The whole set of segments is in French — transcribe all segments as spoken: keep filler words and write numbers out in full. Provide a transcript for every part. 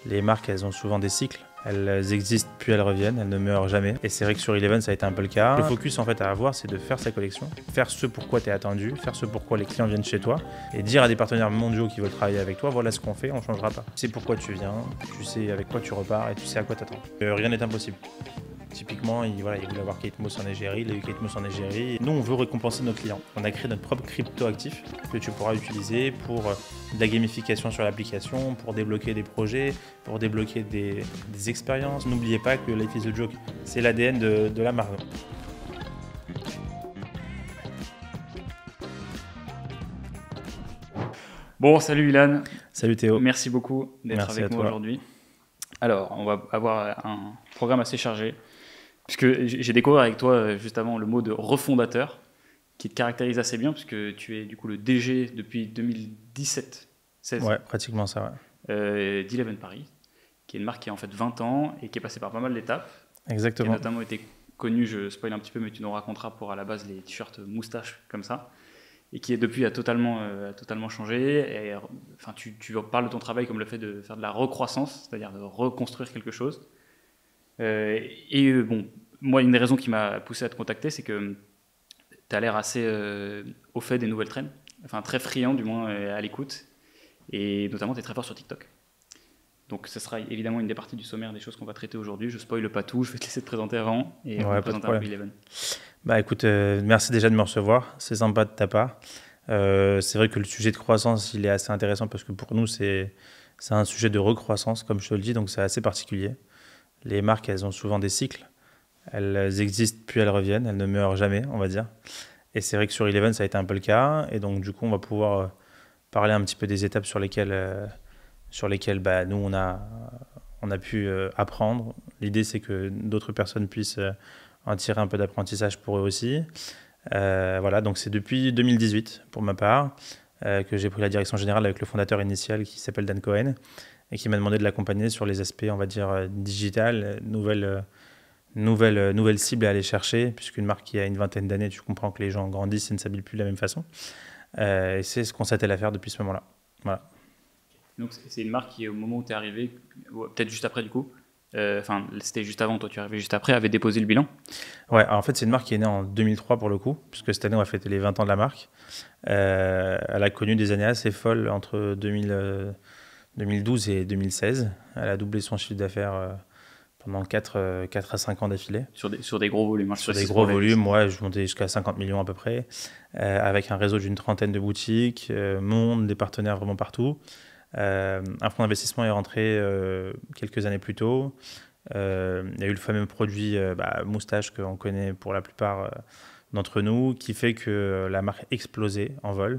Les marques, elles ont souvent des cycles. Elles existent puis elles reviennent, elles ne meurent jamais. Et c'est vrai que sur Eleven, ça a été un peu le cas. Le focus en fait à avoir, c'est de faire sa collection, faire ce pourquoi tu es attendu, faire ce pourquoi les clients viennent chez toi et dire à des partenaires mondiaux qui veulent travailler avec toi, voilà ce qu'on fait, on ne changera pas. Tu sais pourquoi tu viens, tu sais avec quoi tu repars et tu sais à quoi t'attends. Euh, rien n'est impossible. Typiquement, il, voilà, il voulait avoir Kate Moss en Égérie, il a eu Kate Moss en Égérie. Nous, on veut récompenser nos clients. On a créé notre propre crypto-actif que tu pourras utiliser pour de la gamification sur l'application, pour débloquer des projets, pour débloquer des, des expériences. N'oubliez pas que Life is a Joke, c'est l'A D N de, de la marque. Bon, salut Ilan. Salut Théo. Merci beaucoup d'être avec moi aujourd'hui. Alors, on va avoir un programme assez chargé, puisque j'ai découvert avec toi juste avant le mot de refondateur, qui te caractérise assez bien, puisque tu es du coup le D G depuis deux mille dix-sept seize. Ouais, pratiquement ça, ouais. Euh, d'Eleven Paris, qui est une marque qui a en fait vingt ans et qui est passée par pas mal d'étapes. Exactement. Qui a notamment été connue, je spoil un petit peu, mais tu nous raconteras pour à la base les t-shirts moustaches comme ça. Et qui est depuis a totalement, euh, a totalement changé. Et, enfin, tu, tu parles de ton travail comme le fait de faire de la recroissance, c'est-à-dire de reconstruire quelque chose. Euh, et euh, bon, moi, une des raisons qui m'a poussé à te contacter, c'est que tu as l'air assez euh, au fait des nouvelles trends, enfin très friand du moins euh, à l'écoute, et notamment tu es très fort sur TikTok. Donc ce sera évidemment une des parties du sommaire des choses qu'on va traiter aujourd'hui. Je spoile pas tout, je vais te laisser te présenter avant et ouais, on va présenter un peu Eleven. Bah écoute, euh, merci déjà de me recevoir, c'est sympa de ta part. Euh, c'est vrai que le sujet de croissance, il est assez intéressant parce que pour nous, c'est c'est un sujet de recroissance, comme je te le dis, donc c'est assez particulier. Les marques, elles ont souvent des cycles. Elles existent puis elles reviennent, elles ne meurent jamais, on va dire. Et c'est vrai que sur Eleven, ça a été un peu le cas. Et donc du coup, on va pouvoir euh, parler un petit peu des étapes sur lesquelles, euh, sur lesquelles bah, nous, on a, on a pu euh, apprendre. L'idée, c'est que d'autres personnes puissent... Euh, en tirer un peu d'apprentissage pour eux aussi. Euh, voilà, donc c'est depuis deux mille dix-huit, pour ma part, euh, que j'ai pris la direction générale avec le fondateur initial qui s'appelle Dan Cohen et qui m'a demandé de l'accompagner sur les aspects, on va dire, digital, nouvelle, nouvelle, nouvelle cible à aller chercher, puisqu'une marque qui a une vingtaine d'années, tu comprends que les gens grandissent et ne s'habillent plus de la même façon. Euh, et c'est ce qu'on s'attelle à faire depuis ce moment-là. Voilà. Donc c'est une marque qui, au moment où tu es arrivé, peut-être juste après du coup, enfin euh, c'était juste avant, toi tu es arrivé juste après, avait déposé le bilan. Ouais, alors en fait c'est une marque qui est née en deux mille trois pour le coup, puisque cette année on va fêter les vingt ans de la marque. Euh, elle a connu des années assez folles entre deux mille, euh, deux mille douze et deux mille seize. Elle a doublé son chiffre d'affaires euh, pendant quatre, euh, quatre à cinq ans d'affilée. Sur des, sur des gros volumes. Hein, sur des gros volumes, ouais, je montais jusqu'à cinquante millions à peu près, euh, avec un réseau d'une trentaine de boutiques, euh, monde, des partenaires vraiment partout. Euh, un fonds d'investissement est rentré euh, quelques années plus tôt. Euh, il y a eu le fameux produit euh, bah, moustache qu'on connaît pour la plupart euh, d'entre nous, qui fait que la marque explosait en vol.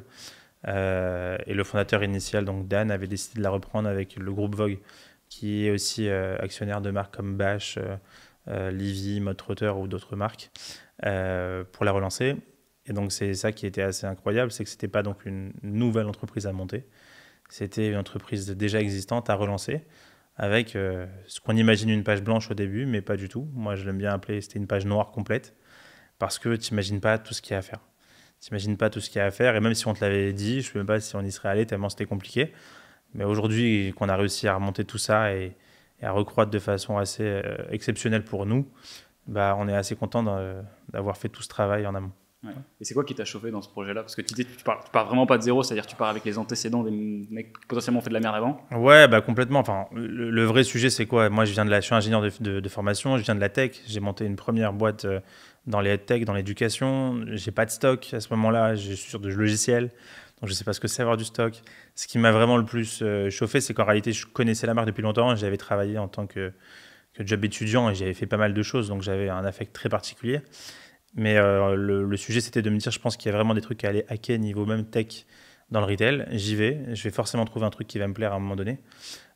Euh, et le fondateur initial, donc Dan, avait décidé de la reprendre avec le groupe Vogue, qui est aussi euh, actionnaire de marques comme Bash, euh, euh, Livy, Mode Trotter ou d'autres marques, euh, pour la relancer. Et donc c'est ça qui était assez incroyable, c'est que ce n'était pas donc une nouvelle entreprise à monter. C'était une entreprise déjà existante à relancer avec euh, ce qu'on imagine une page blanche au début, mais pas du tout. Moi, je l'aime bien appeler, c'était une page noire complète parce que tu n'imagines pas tout ce qu'il y a à faire. Tu n'imagines pas tout ce qu'il y a à faire et même si on te l'avait dit, je ne sais même pas si on y serait allé tellement c'était compliqué. Mais aujourd'hui, qu'on a réussi à remonter tout ça et, et à recroître de façon assez euh, exceptionnelle pour nous, bah, on est assez content d'avoir fait tout ce travail en amont. Ouais. Et c'est quoi qui t'a chauffé dans ce projet-là? Parce que tu dis tu pars, tu pars vraiment pas de zéro, c'est-à-dire tu pars avec les antécédents des mecs qui potentiellement ont fait de la merde avant. Ouais, bah complètement. Enfin, le, le vrai sujet, c'est quoi? Moi, je viens de la, je suis ingénieur de, de, de formation, je viens de la tech. J'ai monté une première boîte euh, dans les tech, dans l'éducation. J'ai pas de stock à ce moment-là. Je suis sur de logiciels, donc je sais pas ce que c'est avoir du stock. Ce qui m'a vraiment le plus euh, chauffé, c'est qu'en réalité, je connaissais la marque depuis longtemps. J'avais travaillé en tant que, que job étudiant et j'avais fait pas mal de choses, donc j'avais un affect très particulier. Mais euh, le, le sujet, c'était de me dire, je pense qu'il y a vraiment des trucs à aller hacker niveau même tech dans le retail. J'y vais, je vais forcément trouver un truc qui va me plaire à un moment donné.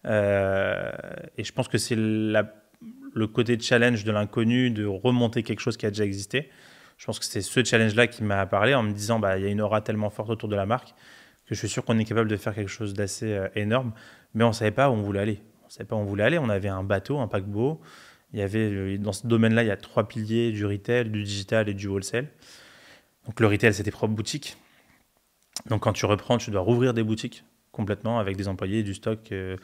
Euh, et je pense que c'est la, le côté challenge de l'inconnu, de remonter quelque chose qui a déjà existé. Je pense que c'est ce challenge-là qui m'a parlé en me disant, bah, il y a une aura tellement forte autour de la marque que je suis sûr qu'on est capable de faire quelque chose d'assez euh, énorme. Mais on ne savait pas où on voulait aller. On ne savait pas où on voulait aller. On avait un bateau, un paquebot. Il y avait, dans ce domaine-là, il y a trois piliers, du retail, du digital et du wholesale. Donc le retail, c'est tes propres boutiques. Donc quand tu reprends, tu dois rouvrir des boutiques complètement avec des employés, du stock, euh,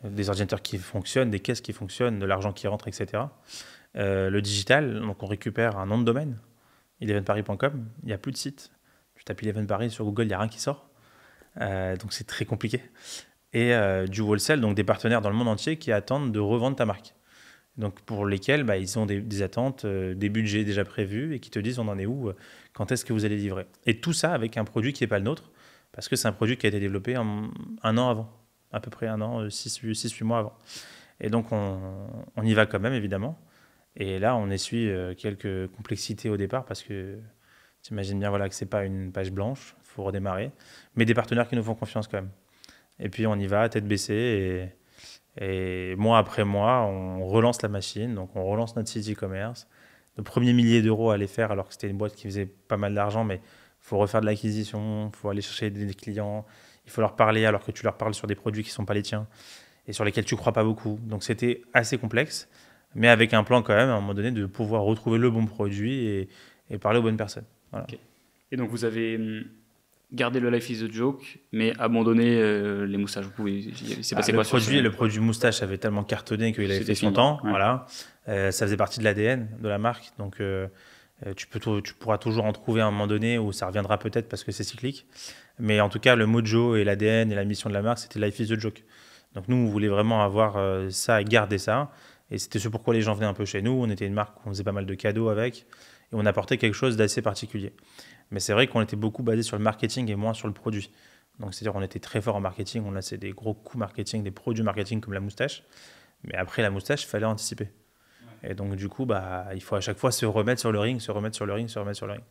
des ordinateurs qui fonctionnent, des caisses qui fonctionnent, de l'argent qui rentre, et cetera. Euh, le digital, donc on récupère un nom de domaine, eleven paris point com, il n'y a plus de site. Tu tapes Eleven Paris sur Google, il n'y a rien qui sort. Euh, donc c'est très compliqué. Et euh, du wholesale, donc des partenaires dans le monde entier qui attendent de revendre ta marque. Donc pour lesquels bah, ils ont des, des attentes, euh, des budgets déjà prévus et qui te disent on en est où, euh, quand est-ce que vous allez livrer. Et tout ça avec un produit qui n'est pas le nôtre, parce que c'est un produit qui a été développé un, un an avant, à peu près un an, six huit mois avant. Et donc on, on y va quand même évidemment. Et là on essuie euh, quelques complexités au départ parce que tu imagines bien voilà, que ce n'est pas une page blanche, il faut redémarrer, mais des partenaires qui nous font confiance quand même. Et puis on y va, tête baissée, et, et mois après mois, on relance la machine, donc on relance notre site e-commerce. Nos premiers milliers d'euros à les faire, alors que c'était une boîte qui faisait pas mal d'argent, mais il faut refaire de l'acquisition, il faut aller chercher des clients, il faut leur parler alors que tu leur parles sur des produits qui ne sont pas les tiens et sur lesquels tu ne crois pas beaucoup. Donc c'était assez complexe, mais avec un plan quand même, à un moment donné, de pouvoir retrouver le bon produit et, et parler aux bonnes personnes. Voilà. Okay. Et donc vous avez gardé le Life is a Joke, mais abandonné euh, les moustaches. Vous pouvez, c'est passé ah, quoi le produit, ce... le produit moustache avait tellement cartonné qu'il avait fait son temps. Ouais. Voilà. Euh, ça faisait partie de l'A D N de la marque, donc euh, tu, peux, tu pourras toujours en trouver à un moment donné où ça reviendra peut-être parce que c'est cyclique. Mais en tout cas, le mojo et l'A D N et la mission de la marque, c'était Life is a Joke. Donc nous, on voulait vraiment avoir euh, ça et garder ça. Et c'était ce pourquoi les gens venaient un peu chez nous. On était une marque où on faisait pas mal de cadeaux avec. Et on apportait quelque chose d'assez particulier. Mais c'est vrai qu'on était beaucoup basé sur le marketing et moins sur le produit. Donc c'est-à-dire qu'on était très fort en marketing. On laissait des gros coups marketing, des produits marketing comme la moustache. Mais après la moustache, il fallait anticiper. Ouais. Et donc du coup, bah, il faut à chaque fois se remettre sur le ring, se remettre sur le ring, se remettre sur le ring.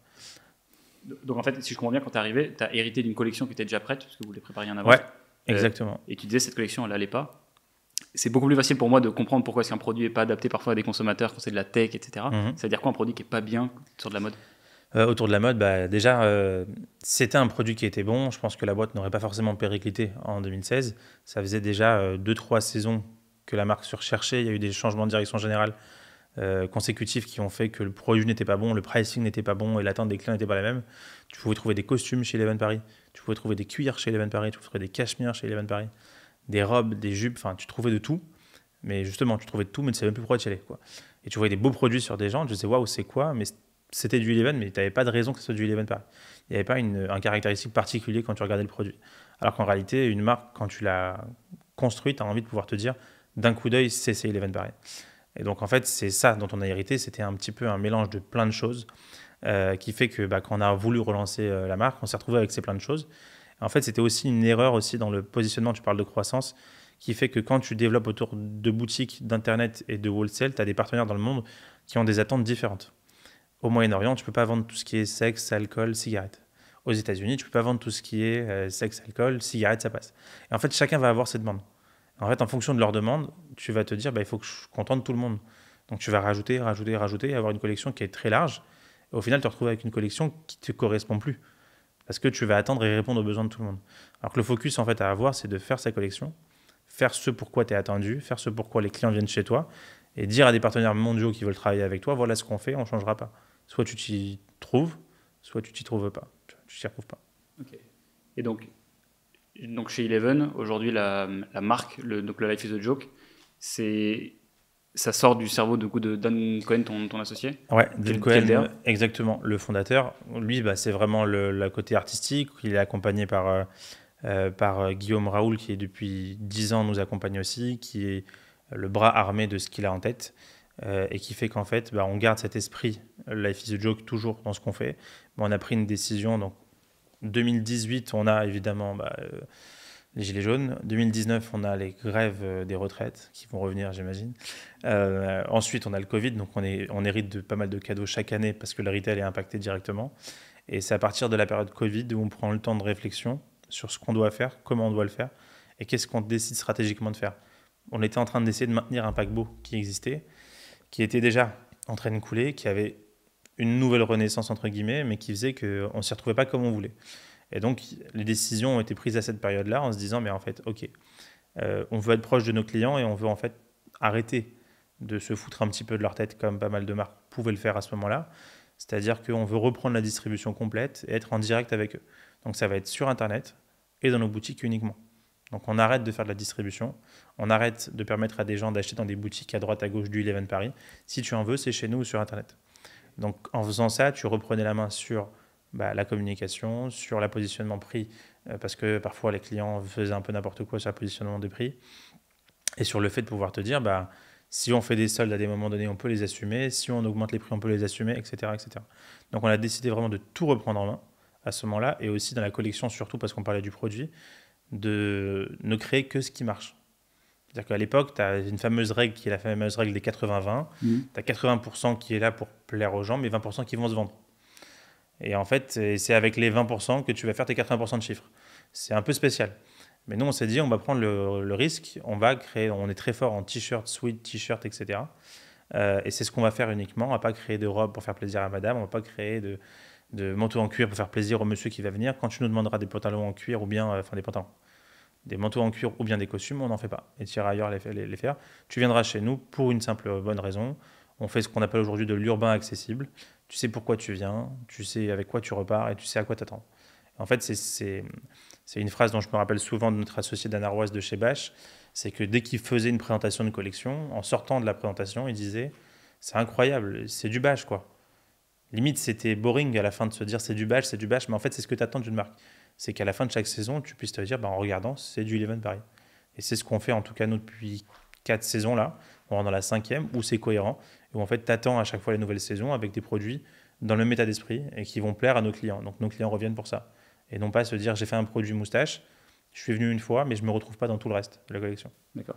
Donc en fait, si je comprends bien, quand tu es arrivé, tu as hérité d'une collection qui était déjà prête, parce que vous les prépariez en avance. Ouais, exactement. Euh, et tu disais cette collection, elle n'allait pas. C'est beaucoup plus facile pour moi de comprendre pourquoi est-ce qu'un produit n'est pas adapté parfois à des consommateurs quand c'est de la tech, et cetera. Mm-hmm. Ça veut dire quoi un produit qui n'est pas bien sur de la mode? euh, Autour de la mode, bah, déjà, euh, c'était un produit qui était bon. Je pense que la boîte n'aurait pas forcément périclité en deux mille seize. Ça faisait déjà deux trois euh, saisons que la marque se recherchait. Il y a eu des changements de direction générale euh, consécutifs qui ont fait que le produit n'était pas bon, le pricing n'était pas bon et l'attente des clients n'était pas la même. Tu pouvais trouver des costumes chez Eleven Paris, tu pouvais trouver des cuirs chez Eleven Paris, tu pouvais trouver des cachemires chez Eleven Paris, des robes, des jupes, enfin tu trouvais de tout. Mais justement, tu trouvais de tout, mais tu ne savais même plus pourquoi tu y allais, quoi. Et tu voyais des beaux produits sur des gens, tu disais waouh, c'est quoi? Mais c'était du Eleven, mais tu n'avais pas de raison que ce soit du Eleven Paris. Il n'y avait pas une, un caractéristique particulier quand tu regardais le produit. Alors qu'en réalité, une marque, quand tu l'as construite, tu as envie de pouvoir te dire d'un coup d'œil, c'est, c'est Eleven Paris. Et donc en fait, c'est ça dont on a hérité. C'était un petit peu un mélange de plein de choses euh, qui fait que bah, quand on a voulu relancer euh, la marque, on s'est retrouvé avec ces plein de choses. Et en fait, c'était aussi une erreur aussi dans le positionnement. Tu parles de croissance, qui fait que quand tu développes autour de boutiques, d'internet et de wholesale, tu as des partenaires dans le monde qui ont des attentes différentes. Au Moyen-Orient, tu ne peux pas vendre tout ce qui est sexe, alcool, cigarettes. Aux États-Unis, tu ne peux pas vendre tout ce qui est euh, sexe, alcool, cigarettes, ça passe. Et en fait, chacun va avoir ses demandes. En fait, en fonction de leurs demandes, tu vas te dire, bah, il faut que je contente tout le monde. Donc, tu vas rajouter, rajouter, rajouter, et avoir une collection qui est très large. Et au final, tu te retrouves avec une collection qui ne te correspond plus. Parce que tu vas attendre et répondre aux besoins de tout le monde. Alors que le focus, en fait, à avoir, c'est de faire sa collection, faire ce pourquoi tu es attendu, faire ce pourquoi les clients viennent chez toi, et dire à des partenaires mondiaux qui veulent travailler avec toi, voilà ce qu'on fait, on ne changera pas. Soit tu t'y trouves, soit tu t'y trouves pas. Tu t'y retrouves pas. Ok. Et donc, donc chez Eleven, aujourd'hui, la, la marque, le, donc le Life is a Joke, c'est, ça sort du cerveau de, de Dan Cohen, ton, ton associé? Ouais, Dan Cohen, exactement, le fondateur. Lui, bah, c'est vraiment le, le côté artistique. Il est accompagné par, euh, euh, par Guillaume Raoul, qui depuis dix ans nous accompagne aussi, qui est le bras armé de ce qu'il a en tête. Euh, et qui fait qu'en fait, bah, on garde cet esprit Life is a Joke toujours dans ce qu'on fait. Mais on a pris une décision. Donc, deux mille dix-huit, on a évidemment bah, euh, les gilets jaunes. deux mille dix-neuf, on a les grèves euh, des retraites qui vont revenir, j'imagine. Euh, ensuite, on a le Covid. Donc, on, est, on hérite de pas mal de cadeaux chaque année parce que le retail est impacté directement. Et c'est à partir de la période Covid où on prend le temps de réflexion sur ce qu'on doit faire, comment on doit le faire et qu'est-ce qu'on décide stratégiquement de faire. On était en train d'essayer de maintenir un paquebot qui existait, qui était déjà en train de couler, qui avait une nouvelle renaissance, entre guillemets, mais qui faisait qu'on ne s'y retrouvait pas comme on voulait. Et donc, les décisions ont été prises à cette période-là en se disant, mais en fait, OK, euh, on veut être proche de nos clients et on veut en fait arrêter de se foutre un petit peu de leur tête, comme pas mal de marques pouvaient le faire à ce moment-là. C'est-à-dire qu'on veut reprendre la distribution complète et être en direct avec eux. Donc, ça va être sur Internet et dans nos boutiques uniquement. Donc on arrête de faire de la distribution, on arrête de permettre à des gens d'acheter dans des boutiques à droite à gauche du Eleven Paris. Si tu en veux, c'est chez nous ou sur Internet. Donc en faisant ça, tu reprenais la main sur bah, la communication, sur le positionnement prix, euh, parce que parfois les clients faisaient un peu n'importe quoi sur le positionnement de prix, et sur le fait de pouvoir te dire, bah, si on fait des soldes à des moments donnés, on peut les assumer, si on augmente les prix, on peut les assumer, et cetera, et cetera. Donc on a décidé vraiment de tout reprendre en main à ce moment-là, et aussi dans la collection, surtout parce qu'on parlait du produit, de ne créer que ce qui marche. C'est-à-dire qu'à l'époque, tu as une fameuse règle qui est la fameuse règle des quatre-vingts vingt. Mmh. Tu as quatre-vingts pour cent qui est là pour plaire aux gens, mais vingt pour cent qui vont se vendre. Et en fait, c'est avec les vingt pour cent que tu vas faire tes quatre-vingts pour cent de chiffres. C'est un peu spécial. Mais nous, on s'est dit, on va prendre le, le risque, on va créer, on est très fort en t-shirt, sweat, t-shirt, et cetera. Euh, et c'est ce qu'on va faire uniquement. On ne va pas créer de robe pour faire plaisir à madame, on ne va pas créer de, de manteau en cuir pour faire plaisir au monsieur qui va venir. Quand tu nous demanderas des pantalons en cuir ou bien, enfin euh, des pantalons, des manteaux en cuir ou bien des costumes, on n'en fait pas. Et tu iras ailleurs les, les, les faire. Tu viendras chez nous pour une simple bonne raison. On fait ce qu'on appelle aujourd'hui de l'urbain accessible. Tu sais pourquoi tu viens, tu sais avec quoi tu repars et tu sais à quoi t'attends. En fait, c'est, c'est, c'est une phrase dont je me rappelle souvent de notre associé Dan Arroise de chez Bache. C'est que dès qu'il faisait une présentation de collection, en sortant de la présentation, il disait « c'est incroyable, c'est du Bache quoi ». Limite, c'était boring à la fin de se dire « c'est du Bache, c'est du Bache », mais en fait, c'est ce que tu attends d'une marque. C'est qu'à la fin de chaque saison, tu puisses te dire bah, en regardant, c'est du Eleven Paris. Et c'est ce qu'on fait en tout cas nous depuis quatre saisons là. On rentre dans la cinquième où c'est cohérent, où en fait tu attends à chaque fois les nouvelles saisons avec des produits dans le même état d'esprit et qui vont plaire à nos clients. Donc nos clients reviennent pour ça. Et non pas se dire j'ai fait un produit moustache, je suis venu une fois, mais je ne me retrouve pas dans tout le reste de la collection. D'accord.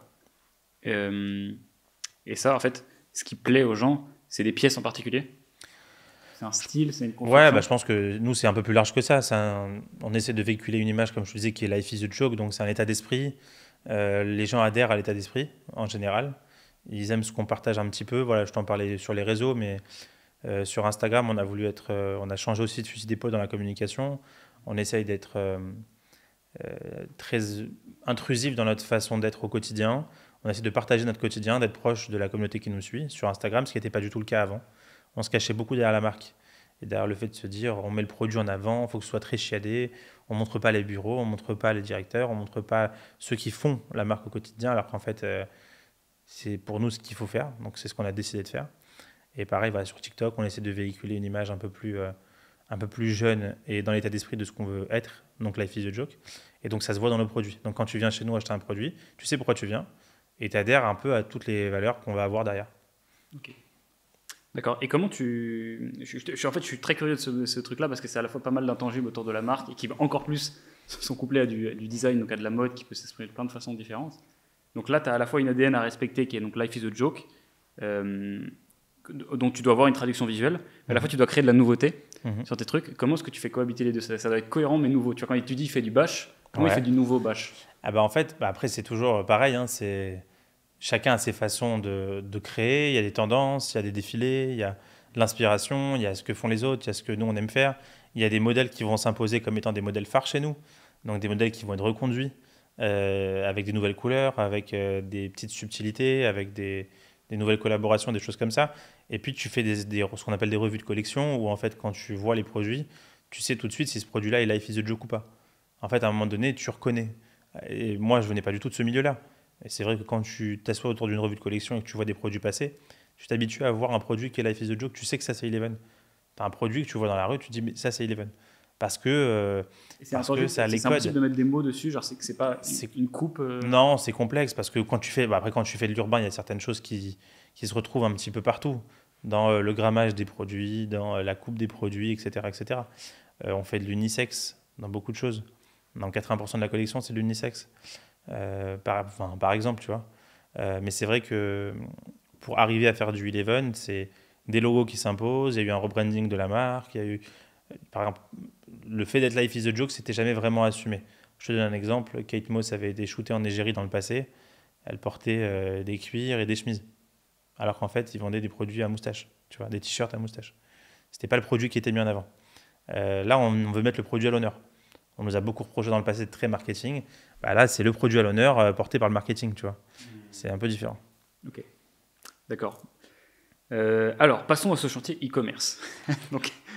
Euh, et ça, en fait, ce qui plaît aux gens, c'est des pièces en particulier ? C'est un style, c'est une construction ? Ouais, bah, je pense que nous, c'est un peu plus large que ça. Un, on essaie de véhiculer une image, comme je te disais, qui est Life is a Joke. Donc, c'est un état d'esprit. Euh, les gens adhèrent à l'état d'esprit, en général. Ils aiment ce qu'on partage un petit peu. Voilà, je t'en parlais sur les réseaux, mais euh, sur Instagram, on a voulu être... Euh, on a changé aussi de fusil d'épaule dans la communication. On essaye d'être euh, euh, très intrusif dans notre façon d'être au quotidien. On essaie de partager notre quotidien, d'être proche de la communauté qui nous suit sur Instagram, ce qui n'était pas du tout le cas avant. On se cachait beaucoup derrière la marque. Et derrière le fait de se dire, on met le produit en avant, il faut que ce soit très chiadé, on ne montre pas les bureaux, on ne montre pas les directeurs, on ne montre pas ceux qui font la marque au quotidien, alors qu'en fait, euh, c'est pour nous ce qu'il faut faire. Donc, c'est ce qu'on a décidé de faire. Et pareil, voilà, sur TikTok, on essaie de véhiculer une image un peu plus, euh, un peu plus jeune et dans l'état d'esprit de ce qu'on veut être, donc Life is a Joke. Et donc, ça se voit dans nos produits. Donc, quand tu viens chez nous acheter un produit, tu sais pourquoi tu viens et tu adhères un peu à toutes les valeurs qu'on va avoir derrière. Ok. D'accord. Et comment tu... Je, je, je, en fait, je suis très curieux de ce, de ce truc-là parce que c'est à la fois pas mal d'intangibles autour de la marque et qui encore plus sont couplés à du, à du design, donc à de la mode qui peut s'exprimer de plein de façons différentes. Donc là, tu as à la fois une A D N à respecter qui est donc Life is a Joke, euh, donc tu dois avoir une traduction visuelle, mais à la fois tu dois créer de la nouveauté mmh. sur tes trucs. Comment est-ce que tu fais cohabiter les deux ? ça, ça doit être cohérent mais nouveau. Tu vois, quand tu dis il fait du Bache, comment ouais. il fait du nouveau Bache ? Ah bah en fait, bah après c'est toujours pareil, hein, c'est... Chacun a ses façons de, de créer, il y a des tendances, il y a des défilés, il y a de l'inspiration, il y a ce que font les autres, il y a ce que nous on aime faire. Il y a des modèles qui vont s'imposer comme étant des modèles phares chez nous, donc des modèles qui vont être reconduits euh, avec des nouvelles couleurs, avec euh, des petites subtilités, avec des, des nouvelles collaborations, des choses comme ça. Et puis tu fais des, des, ce qu'on appelle des revues de collection où en fait quand tu vois les produits, tu sais tout de suite si ce produit-là est Life is a Joke ou pas. En fait à un moment donné, tu reconnais. Et moi je venais pas du tout de ce milieu-là. Et c'est vrai que quand tu t'assois autour d'une revue de collection et que tu vois des produits passer, tu t'habitues à voir un produit qui est Life is a Joke, tu sais que ça c'est Eleven. Tu as un produit que tu vois dans la rue, tu te dis mais ça c'est Eleven. Parce que, euh, c'est, parce que ça les codes. C'est impossible de mettre des mots dessus, genre c'est que c'est pas c'est une coupe. Euh... Non, c'est complexe parce que quand tu fais, bah après quand tu fais de l'urbain, il y a certaines choses qui, qui se retrouvent un petit peu partout, dans euh, le grammage des produits, dans euh, la coupe des produits, et cetera, et cetera. Euh, on fait de l'unisexe dans beaucoup de choses. Dans quatre-vingts pour cent de la collection, c'est de l'unisexe. Euh, par, enfin, par exemple, tu vois. Euh, mais c'est vrai que pour arriver à faire du Eleven, c'est des logos qui s'imposent, il y a eu un rebranding de la marque, il y a eu, par exemple, le fait d'être Life is a Joke, c'était jamais vraiment assumé. Je te donne un exemple, Kate Moss avait été shootée en Égérie dans le passé, elle portait euh, des cuirs et des chemises, alors qu'en fait, ils vendaient des produits à moustache, tu vois, des t-shirts à moustache. C'était pas le produit qui était mis en avant. Euh, là, on, on veut mettre le produit à l'honneur. On nous a beaucoup reproché dans le passé de très marketing. Bah là, c'est le produit à l'honneur euh, porté par le marketing, tu vois. C'est un peu différent. Ok, d'accord. Euh, alors, passons à ce chantier e-commerce. Donc,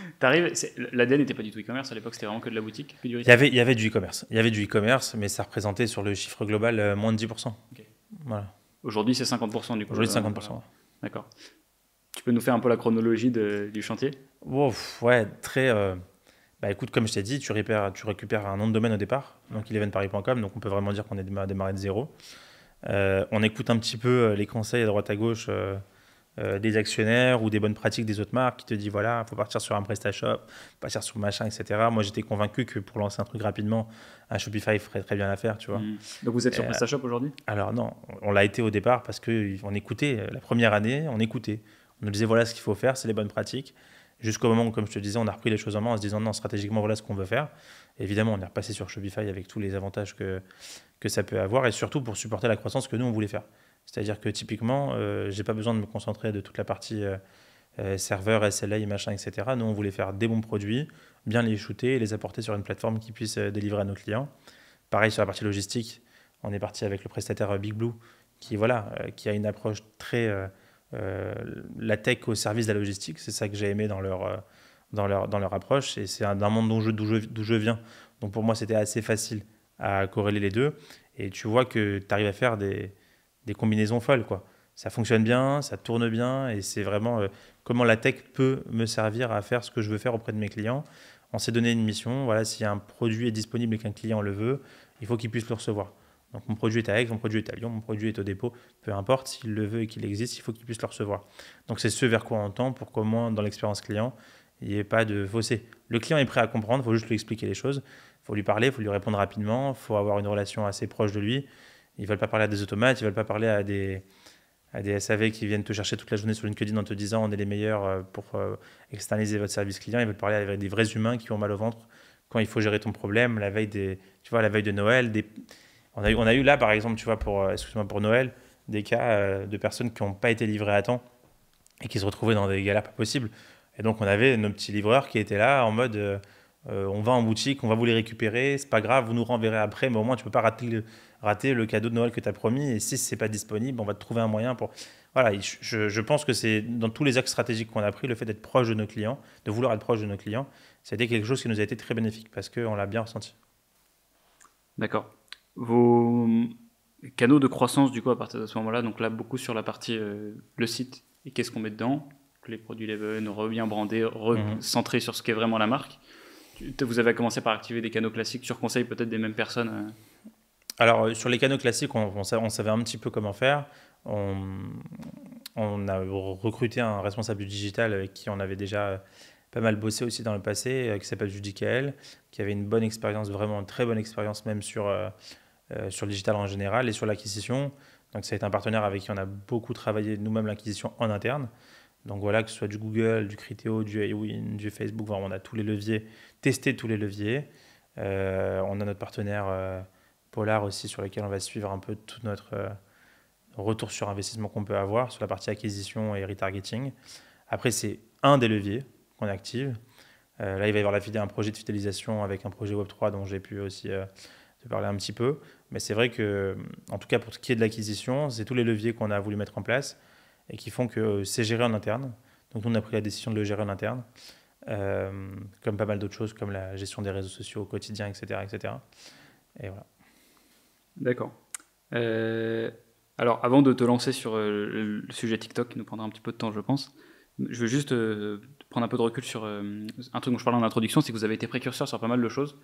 L'A D N n'était pas du tout e-commerce à l'époque, c'était vraiment que de la boutique, que du Il y retail. avait, il y avait du e-commerce. Il y avait du e-commerce, mais ça représentait sur le chiffre global euh, moins de dix pour cent. Ok. Voilà. Aujourd'hui, c'est cinquante pour cent du coup. Aujourd'hui, c'est euh, cinquante pour cent. voilà. D'accord. Tu peux nous faire un peu la chronologie de- du chantier? Wow, ouais, très. euh, Bah écoute, comme je t'ai dit, tu récupères, tu récupères un nom de domaine au départ, donc eleven paris point com, donc on peut vraiment dire qu'on est déma- démarré de zéro. Euh, on écoute un petit peu euh, les conseils à droite à gauche euh, euh, des actionnaires ou des bonnes pratiques des autres marques qui te disent voilà, il faut partir sur un PrestaShop, partir sur machin, et cetera. Moi, j'étais convaincu que pour lancer un truc rapidement, un Shopify ferait très bien l'affaire, tu vois. Hmm. Donc vous êtes sur Et, euh, PrestaShop aujourd'hui? alors non, on l'a été au départ parce qu'on écoutait, euh, la première année, on écoutait. On nous disait voilà ce qu'il faut faire, c'est les bonnes pratiques. Jusqu'au moment où, comme je te disais, on a repris les choses en main en se disant non, stratégiquement, voilà ce qu'on veut faire. Évidemment, on est repassé sur Shopify avec tous les avantages que, que ça peut avoir et surtout pour supporter la croissance que nous, on voulait faire. C'est-à-dire que typiquement, euh, j'ai pas besoin de me concentrer de toute la partie euh, euh, serveur, S L A, machin, et cetera. Nous, on voulait faire des bons produits, bien les shooter et les apporter sur une plateforme qui puisse euh, délivrer à nos clients. Pareil sur la partie logistique, on est parti avec le prestataire euh, Big Blue qui, voilà, euh, qui a une approche très euh, euh, la tech au service de la logistique. C'est ça que j'ai aimé dans leur, euh, dans leur, dans leur approche et c'est un, un monde d'où je, d'où je, d'où je viens. Donc pour moi, c'était assez facile à corréler les deux et tu vois que tu arrives à faire des, des combinaisons folles, quoi. Ça fonctionne bien, ça tourne bien et c'est vraiment euh, comment la tech peut me servir à faire ce que je veux faire auprès de mes clients. On s'est donné une mission, voilà, si un produit est disponible et qu'un client le veut, il faut qu'il puisse le recevoir. Donc mon produit est à Aix, mon produit est à Lyon, mon produit est au dépôt, peu importe, s'il le veut et qu'il existe, il faut qu'il puisse le recevoir. Donc c'est ce vers quoi on tend pour qu'au moins dans l'expérience client, il n'y ait pas de fossé. Le client est prêt à comprendre, il faut juste lui expliquer les choses, il faut lui parler, il faut lui répondre rapidement, il faut avoir une relation assez proche de lui. Ils ne veulent pas parler à des automates, ils ne veulent pas parler à des, à des S A V qui viennent te chercher toute la journée sur LinkedIn en te disant on est les meilleurs euh, pour euh, externaliser votre service client. Ils veulent parler avec des vrais humains qui ont mal au ventre quand il faut gérer ton problème, la veille, des, tu vois, la veille de Noël. Des... On, a eu, on a eu là, par exemple, tu vois, pour, euh, excuse-moi, pour Noël, des cas euh, de personnes qui n'ont pas été livrées à temps et qui se retrouvaient dans des galères pas possibles. Et donc, on avait nos petits livreurs qui étaient là en mode euh, euh, on va en boutique, on va vous les récupérer, c'est pas grave, vous nous renverrez après, mais au moins, tu peux pas rater le, rater le cadeau de Noël que tu as promis. Et si c'est pas disponible, on va te trouver un moyen pour. Voilà, je, je pense que c'est dans tous les axes stratégiques qu'on a pris, le fait d'être proche de nos clients, de vouloir être proche de nos clients, c'était quelque chose qui nous a été très bénéfique parce qu'on l'a bien ressenti. D'accord. Vos canaux de croissance, du coup, à partir de ce moment-là, donc là, beaucoup sur la partie euh, le site et qu'est-ce qu'on met dedans, les produits Eleven, re bien brandés, recentrés mm-hmm. sur ce qu'est vraiment la marque. Vous avez commencé par activer des canaux classiques sur conseil peut-être des mêmes personnes euh... Alors, sur les canaux classiques, on, on, savait, on savait un petit peu comment faire. On, on a recruté un responsable du digital avec qui on avait déjà pas mal bossé aussi dans le passé, qui s'appelle Judy Kael, qui avait une bonne expérience, vraiment une très bonne expérience même sur, euh, sur le digital en général et sur l'acquisition. Donc, ça a été un partenaire avec qui on a beaucoup travaillé nous-mêmes l'acquisition en interne. Donc voilà, que ce soit du Google, du Criteo, du Awin, du Facebook, vraiment, on a tous les leviers, testé tous les leviers. Euh, on a notre partenaire euh, Polar aussi, sur lequel on va suivre un peu tout notre euh, retour sur investissement qu'on peut avoir sur la partie acquisition et retargeting. Après, c'est un des leviers qu'on active. Euh, là, il va y avoir la, un projet de fidélisation avec un projet Web trois dont j'ai pu aussi euh, te parler un petit peu. Mais c'est vrai que, en tout cas, pour ce qui est de l'acquisition, c'est tous les leviers qu'on a voulu mettre en place et qui font que c'est géré en interne. Donc nous, on a pris la décision de le gérer en interne, euh, comme pas mal d'autres choses, comme la gestion des réseaux sociaux au quotidien, et cetera et cetera. Et voilà. D'accord. Euh, alors, avant de te lancer sur euh, le sujet TikTok, qui nous prendra un petit peu de temps, je pense, je veux juste euh, prendre un peu de recul sur euh, un truc dont je parlais en introduction, c'est que vous avez été précurseur sur pas mal de choses.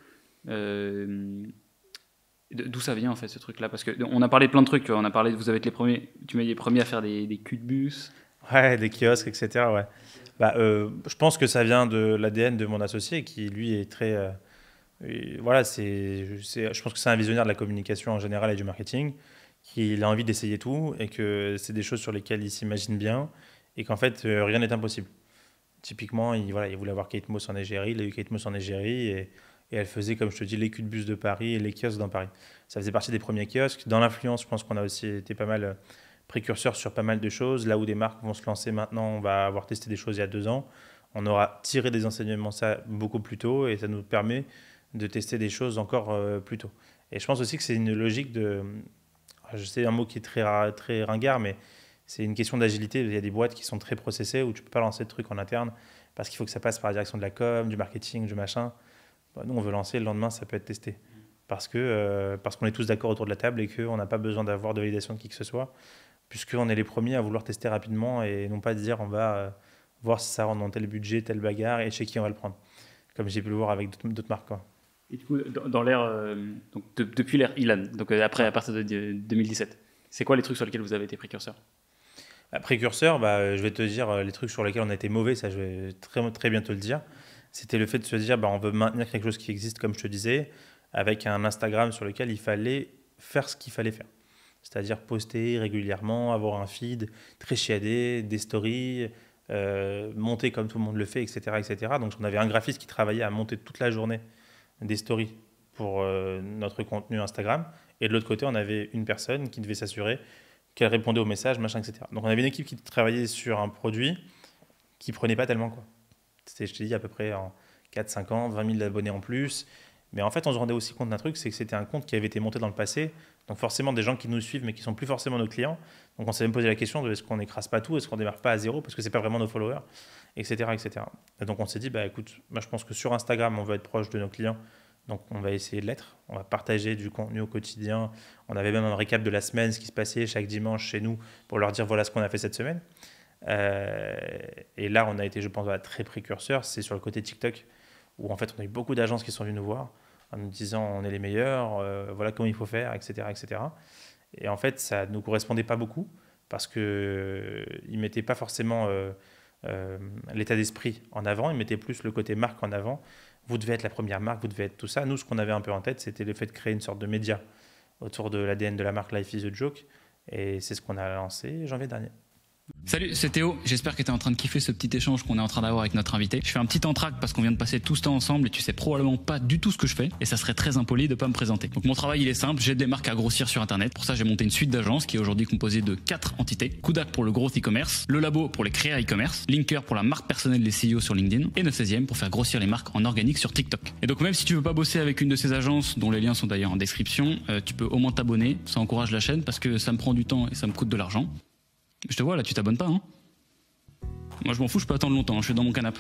Euh, D'où ça vient en fait ce truc-là? Parce qu'on a parlé de plein de trucs, on a parlé, vous avez été les premiers, tu m'as dit les premiers à faire des, des culs de bus. Ouais, des kiosques, et cetera. Ouais. Bah, euh, je pense que ça vient de l'A D N de mon associé qui lui est très, euh, et voilà, c'est, c'est, je pense que c'est un visionnaire de la communication en général et du marketing, qu'il a envie d'essayer tout et que c'est des choses sur lesquelles il s'imagine bien et qu'en fait euh, rien n'est impossible. Typiquement, il, voilà, il voulait avoir Kate Moss en Égérie, il a eu Kate Moss en Égérie et Et elle faisait, comme je te dis, les culs de bus de Paris et les kiosques dans Paris. Ça faisait partie des premiers kiosques. Dans l'influence, je pense qu'on a aussi été pas mal précurseurs sur pas mal de choses. Là où des marques vont se lancer maintenant, on va avoir testé des choses il y a deux ans. On aura tiré des enseignements ça beaucoup plus tôt et ça nous permet de tester des choses encore euh, plus tôt. Et je pense aussi que c'est une logique de... Je sais un mot qui est très, très ringard, mais c'est une question d'agilité. Il y a des boîtes qui sont très processées où tu ne peux pas lancer de trucs en interne. parce qu'il faut que ça passe par la direction de la com, du marketing, du machin. Bah, nous, on veut lancer, le lendemain, ça peut être testé. Parce que euh, parce qu'on est tous d'accord autour de la table et qu'on n'a pas besoin d'avoir de validation de qui que ce soit, puisqu'on est les premiers à vouloir tester rapidement et non pas dire on va euh, voir si ça rentre dans tel budget, telle bagarre et chez qui on va le prendre. Comme j'ai pu le voir avec d'autres, d'autres marques, quoi. Et du coup, dans, dans l'ère, euh, donc de, depuis l'ère Ilan, donc euh, après, à partir de deux mille dix-sept, c'est quoi les trucs sur lesquels vous avez été précurseurs? Bah, précurseur, bah, je vais te dire euh, les trucs sur lesquels on a été mauvais, ça je vais très, très bien te le dire. C'était le fait de se dire bah, on veut maintenir quelque chose qui existe, comme je te disais, avec un Instagram sur lequel il fallait faire ce qu'il fallait faire. C'est-à-dire poster régulièrement, avoir un feed très chiadé, des stories, euh, monter comme tout le monde le fait, et cetera, et cetera. Donc on avait un graphiste qui travaillait à monter toute la journée des stories pour euh, notre contenu Instagram. Et de l'autre côté, on avait une personne qui devait s'assurer qu'elle répondait aux messages, machin, et cetera. Donc on avait une équipe qui travaillait sur un produit qui prenait pas tellement, quoi. C'était, je t'ai dit, à peu près en quatre cinq ans, vingt mille abonnés en plus. Mais en fait, on se rendait aussi compte d'un truc, c'est que c'était un compte qui avait été monté dans le passé. Donc forcément, des gens qui nous suivent, mais qui sont plus forcément nos clients. Donc on s'est même posé la question de est-ce qu'on n'écrase pas tout, est-ce qu'on ne démarre pas à zéro, parce que ce n'est pas vraiment nos followers, et cetera, et cetera. Et donc on s'est dit, bah, écoute, moi je pense que sur Instagram, on veut être proche de nos clients. Donc on va essayer de l'être. On va partager du contenu au quotidien. On avait même un récap de la semaine, ce qui se passait chaque dimanche chez nous, pour leur dire voilà ce qu'on a fait cette semaine. Euh, et là, on a été, je pense, très précurseur. C'est sur le côté TikTok, où en fait, on a eu beaucoup d'agences qui sont venues nous voir en nous disant on est les meilleurs, euh, voilà comment il faut faire, et cetera, et cetera. Et en fait, ça ne nous correspondait pas beaucoup parce qu'ils ne mettaient pas forcément euh, euh, l'état d'esprit en avant, ils mettaient plus le côté marque en avant. Vous devez être la première marque, vous devez être tout ça. Nous, ce qu'on avait un peu en tête, c'était le fait de créer une sorte de média autour de l'A D N de la marque Life is a Joke. Et c'est ce qu'on a lancé janvier dernier. Salut, c'est Théo. J'espère que tu es en train de kiffer ce petit échange qu'on est en train d'avoir avec notre invité. Je fais un petit entracte parce qu'on vient de passer tout ce temps ensemble et tu sais probablement pas du tout ce que je fais et ça serait très impoli de pas me présenter. Donc mon travail il est simple, j'aide des marques à grossir sur internet. Pour ça j'ai monté une suite d'agences qui est aujourd'hui composée de quatre entités. Kudak pour le growth e-commerce, Le Labo pour les créas e-commerce, Linker pour la marque personnelle des C E O sur LinkedIn et neuf seizième pour faire grossir les marques en organique sur TikTok. Et donc même si tu veux pas bosser avec une de ces agences dont les liens sont d'ailleurs en description, euh, tu peux au moins t'abonner, ça encourage la chaîne parce que ça me prend du temps et ça me coûte de l'argent. Je te vois là, tu t'abonnes pas hein? Moi je m'en fous, je peux attendre longtemps, je suis dans mon canapé.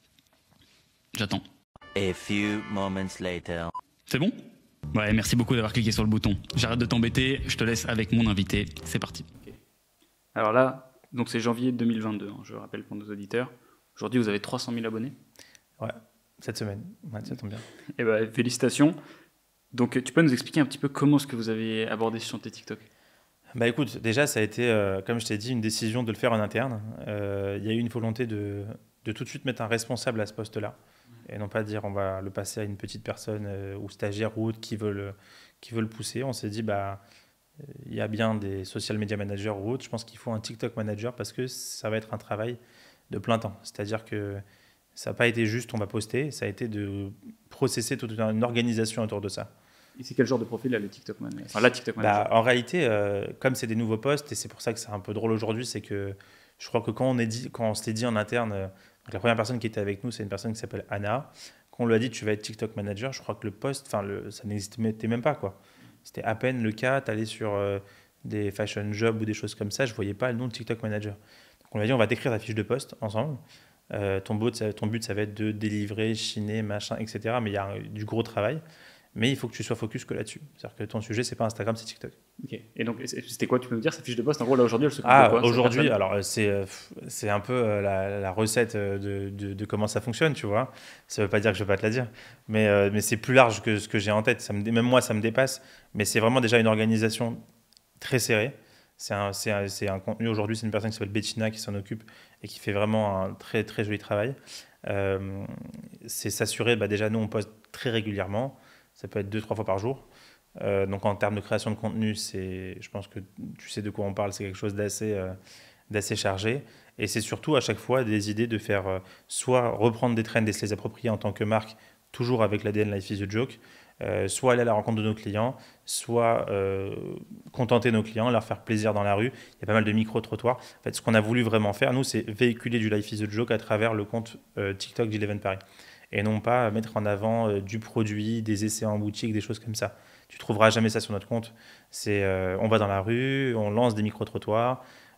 J'attends. A few moments later. C'est bon? Ouais, merci beaucoup d'avoir cliqué sur le bouton. J'arrête de t'embêter, je te laisse avec mon invité. C'est parti. Okay. Alors là, donc c'est janvier deux mille vingt-deux, hein, je rappelle pour nos auditeurs. Aujourd'hui, vous avez trois cent mille abonnés. Ouais, cette semaine. Ouais, ça tombe bien. Et ben, félicitations. Donc tu peux nous expliquer un petit peu comment est-ce que vous avez abordé sur tes TikTok? Bah écoute, déjà ça a été, euh, comme je t'ai dit, une décision de le faire en interne. Euh, Il y a eu une volonté de, de tout de suite mettre un responsable à ce poste-là. Et non pas dire on va le passer à une petite personne euh, ou stagiaire ou autre qui veut le, qui veut le pousser. On s'est dit, bah, il y a bien des social media managers ou autres. Je pense qu'il faut un TikTok manager parce que ça va être un travail de plein temps. C'est-à-dire que ça n'a pas été juste on va poster, ça a été de processer toute une organisation autour de ça. Et c'est quel genre de profil là, le TikTok manager, enfin, la TikTok manager? Bah, en réalité, euh, comme c'est des nouveaux postes, et c'est pour ça que c'est un peu drôle aujourd'hui, c'est que je crois que quand on, est dit, quand on s'était dit en interne, euh, donc la première personne qui était avec nous, c'est une personne qui s'appelle Anna, quand on lui a dit tu vas être TikTok manager, je crois que le poste, enfin, ça n'existait même pas, quoi. C'était à peine le cas, tu allais sur euh, des fashion jobs ou des choses comme ça, je ne voyais pas le nom de TikTok manager. Donc on lui a dit on va t'écrire ta fiche de poste ensemble. Euh, ton, but, ça, ton but, ça va être de délivrer, chiner, machin, et cetera. Mais il y a un, du gros travail. Mais il faut que tu sois focus que là-dessus. C'est-à-dire que ton sujet, c'est pas Instagram, c'est TikTok. Ok. Et donc, c'était quoi, tu peux nous dire, cette fiche de poste? En gros, là, aujourd'hui, elle se Ah, aujourd'hui, alors, c'est, c'est un peu la, la recette de, de, de comment ça fonctionne, tu vois. Ça veut pas dire que je vais pas te la dire. Mais, euh, mais c'est plus large que ce que j'ai en tête. Ça me, même moi, ça me dépasse. Mais c'est vraiment déjà une organisation très serrée. C'est un, c'est un, c'est un contenu. Aujourd'hui, c'est une personne qui s'appelle Bettina qui s'en occupe et qui fait vraiment un très, très joli travail. Euh, c'est s'assurer, bah, déjà, nous, on poste très régulièrement. Ça peut être deux, trois fois par jour. Euh, donc en termes de création de contenu, c'est, je pense que tu sais de quoi on parle, c'est quelque chose d'assez, euh, d'assez chargé. Et c'est surtout à chaque fois des idées de faire euh, soit reprendre des trends et se les approprier en tant que marque, toujours avec l'A D N Life is a Joke, euh, soit aller à la rencontre de nos clients, soit euh, contenter nos clients, leur faire plaisir dans la rue. Il y a pas mal de micro-trottoirs. En fait, ce qu'on a voulu vraiment faire, nous, c'est véhiculer du Life is a Joke à travers le compte euh, TikTok d'Eleven Paris. Et non pas mettre en avant euh, du produit, des essais en boutique, des choses comme ça. Tu ne trouveras jamais ça sur notre compte. C'est, euh, on va dans la rue, on lance des micro-trottoirs,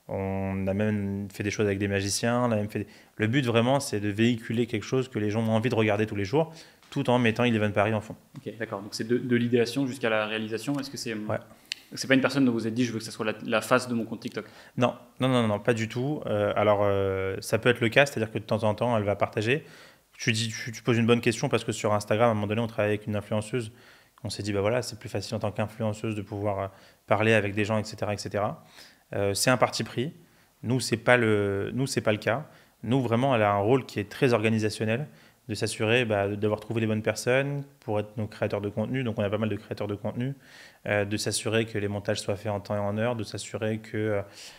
On a même fait des choses avec des magiciens. On a même fait... Le but vraiment, c'est de véhiculer quelque chose que les gens ont envie de regarder tous les jours, tout en mettant Eleven Paris en fond. Ok, d'accord. Donc c'est de, de l'idéation jusqu'à la réalisation. Est-ce que c'est Ouais. C'est pas une personne dont vous êtes dit, je veux que ça soit la, la face de mon compte TikTok? Non, non, non, non, pas du tout. Euh, alors, euh, ça peut être le cas, c'est-à-dire que de temps en temps, elle va partager. Tu, dis, tu, tu poses une bonne question parce que sur Instagram, à un moment donné, on travaillait avec une influenceuse. On s'est dit, bah voilà, c'est plus facile en tant qu'influenceuse de pouvoir euh, parler avec des gens, et cetera, et cetera. Euh, c'est un parti pris. Nous, c'est pas le, nous, c'est pas le cas. Nous, vraiment, elle a un rôle qui est très organisationnel, de s'assurer bah, d'avoir trouvé les bonnes personnes pour être nos créateurs de contenu. Donc, on a pas mal de créateurs de contenu. Euh, de s'assurer que les montages soient faits en temps et en heure, de s'assurer que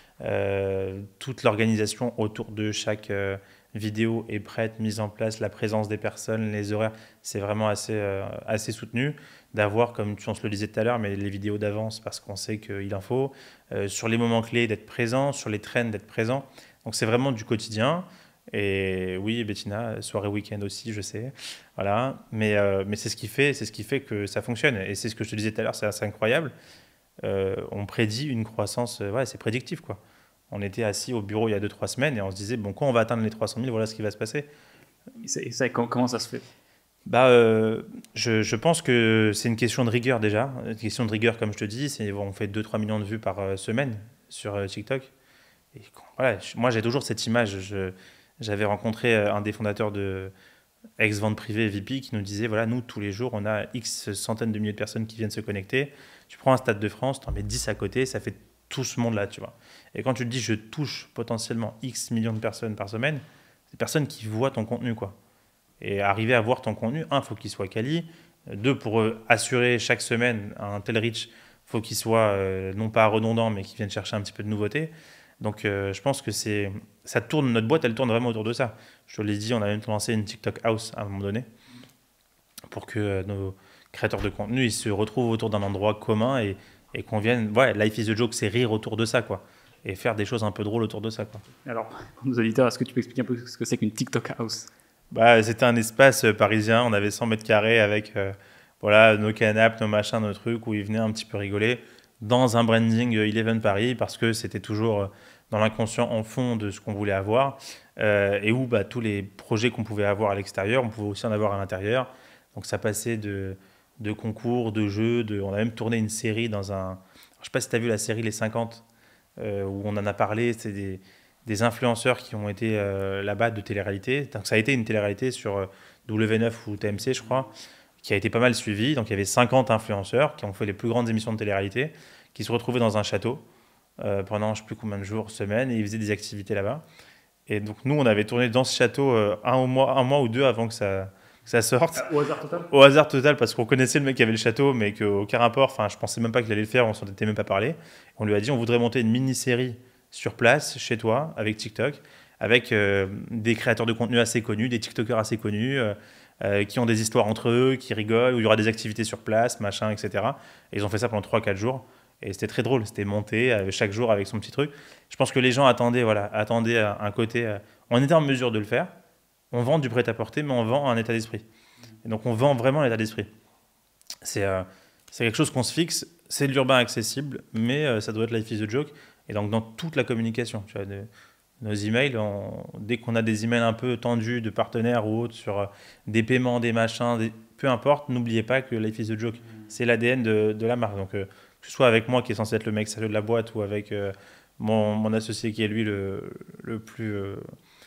euh, toute l'organisation autour de chaque euh, vidéo est prête, mise en place, la présence des personnes, les horaires, c'est vraiment assez, euh, assez soutenu. D'avoir, comme on se le disait tout à l'heure, mais les vidéos d'avance parce qu'on sait qu'il en faut. Euh, sur les moments clés, d'être présent, sur les trends, d'être présent. Donc c'est vraiment du quotidien. Et oui, Bettina, soirée week-end aussi, je sais. Voilà. Mais, euh, mais c'est ce qui fait, c'est ce qui fait que ça fonctionne. Et c'est ce que je te disais tout à l'heure, c'est assez incroyable. Euh, on prédit une croissance, euh, ouais, c'est prédictif, quoi. On était assis au bureau il y a deux trois semaines et on se disait, bon, quand on va atteindre les trois cent mille, voilà ce qui va se passer. Et ça, et ça, comment ça se fait? Bah, euh, je, je pense que c'est une question de rigueur déjà. Une question de rigueur, comme je te dis, c'est, on fait deux trois millions de vues par euh, semaine sur euh, TikTok. Et quand- voilà, je- moi, j'ai toujours cette image. Je, j'avais rencontré euh, un des fondateurs de ex-vente privée V P qui nous disait, voilà, nous, tous les jours, on a X centaines de milliers de personnes qui viennent se connecter. Tu prends un Stade de France, tu en mets dix à côté, ça fait tout ce monde-là, tu vois. Et quand tu te dis, je touche potentiellement X millions de personnes par semaine, c'est des personnes qui voient ton contenu, quoi. Et arriver à voir ton contenu, un, il faut qu'il soit quali. Deux, pour euh, assurer chaque semaine un tel reach, il faut qu'il soit euh, non pas redondant, mais qu'il vienne chercher un petit peu de nouveauté. Donc, euh, je pense que c'est, ça tourne, notre boîte, elle tourne vraiment autour de ça. Je te l'ai dit, on a même lancé une TikTok House à un moment donné pour que euh, nos créateurs de contenu ils se retrouvent autour d'un endroit commun et, et qu'on vienne. Ouais, Life is a Joke, c'est rire autour de ça, quoi. Et faire des choses un peu drôles autour de ça, quoi. Alors, pour nos auditeurs, est-ce que tu peux expliquer un peu ce que c'est qu'une TikTok House? Bah, c'était un espace euh, parisien, on avait cent mètres carrés avec euh, voilà, nos canapes, nos machins, nos trucs, où ils venaient un petit peu rigoler dans un branding euh, Eleven Paris, parce que c'était toujours euh, dans l'inconscient en fond de ce qu'on voulait avoir, euh, et où bah, tous les projets qu'on pouvait avoir à l'extérieur, on pouvait aussi en avoir à l'intérieur. Donc ça passait de, de concours, de jeux, de, on a même tourné une série dans un... alors, je ne sais pas si tu as vu la série Les cinquante, euh, où on en a parlé, c'est des des influenceurs qui ont été euh, là-bas de télé-réalité. Donc, ça a été une télé-réalité sur euh, W neuf ou T M C, je crois, qui a été pas mal suivie. Donc, il y avait cinquante influenceurs qui ont fait les plus grandes émissions de télé-réalité, qui se retrouvaient dans un château euh, pendant je ne sais plus combien de jours, semaines, et ils faisaient des activités là-bas. Et donc, nous, on avait tourné dans ce château euh, un, au mois, un mois ou deux avant que ça, que ça sorte. Au hasard total? Au hasard total, parce qu'on connaissait le mec qui avait le château, mais qu'aucun rapport, enfin, je pensais même pas qu'il allait le faire, on s'en était même pas parlé. On lui a dit, on voudrait monter une mini-série sur place, chez toi, avec TikTok, avec euh, des créateurs de contenu assez connus, des TikTokers assez connus, euh, euh, qui ont des histoires entre eux, qui rigolent, où il y aura des activités sur place, machin, et cetera. Et ils ont fait ça pendant trois quatre jours. Et c'était très drôle, c'était monté euh, chaque jour avec son petit truc. Je pense que les gens attendaient, voilà, attendaient un, un côté... Euh, on était en mesure de le faire. On vend du prêt-à-porter, mais on vend un état d'esprit. Et donc on vend vraiment l'état d'esprit. C'est euh, c'est quelque chose qu'on se fixe, c'est de l'urbain accessible, mais euh, ça doit être Life is a Joke. Et donc, dans toute la communication, tu vois, de, nos emails, on, dès qu'on a des emails un peu tendus de partenaires ou autres sur euh, des paiements, des machins, des, peu importe, n'oubliez pas que Life is a Joke, c'est l'A D N de, de la marque. Donc, euh, que ce soit avec moi qui est censé être le mec sérieux de la boîte ou avec euh, mon, mon associé qui est lui le, le plus, euh,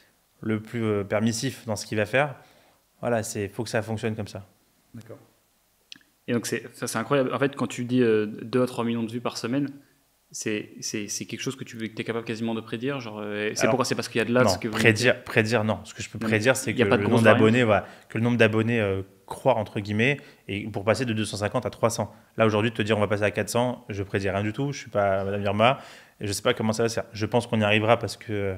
le plus euh, permissif dans ce qu'il va faire, voilà, il faut que ça fonctionne comme ça. D'accord. Et donc, c'est, ça, c'est incroyable. En fait, quand tu dis euh, deux à trois millions de vues par semaine, C'est, c'est, c'est quelque chose que tu es capable quasiment de prédire, genre, euh, c'est Alors, pourquoi c'est parce qu'il y a de là non, ce que vous prédire, mettez... prédire, non. Ce que je peux Non, prédire, c'est y que a pas de le grosse nombre variance. d'abonnés, voilà, que le nombre d'abonnés euh, croît entre guillemets, et pour passer de deux cent cinquante à trois cents. Là aujourd'hui, de te dire on va passer à quatre cents, je prédis rien du tout. Je suis pas Madame Irma, et je sais pas comment ça va se faire. Je pense qu'on y arrivera parce que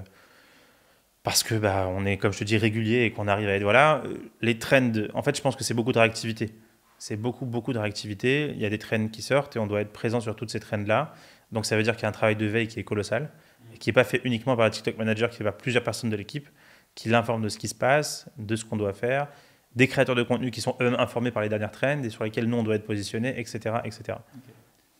parce que bah on est, comme je te dis, régulier et qu'on arrive à être voilà. Les trends, en fait, je pense que c'est beaucoup de réactivité. C'est beaucoup beaucoup de réactivité. Il y a des trends qui sortent et on doit être présent sur toutes ces trends là. Donc ça veut dire qu'il y a un travail de veille qui est colossal, et qui n'est pas fait uniquement par le TikTok Manager, qui est fait par plusieurs personnes de l'équipe, qui l'informent de ce qui se passe, de ce qu'on doit faire, des créateurs de contenu qui sont eux-mêmes informés par les dernières trends et sur lesquels nous on doit être positionnés, et cetera, et cetera. Okay.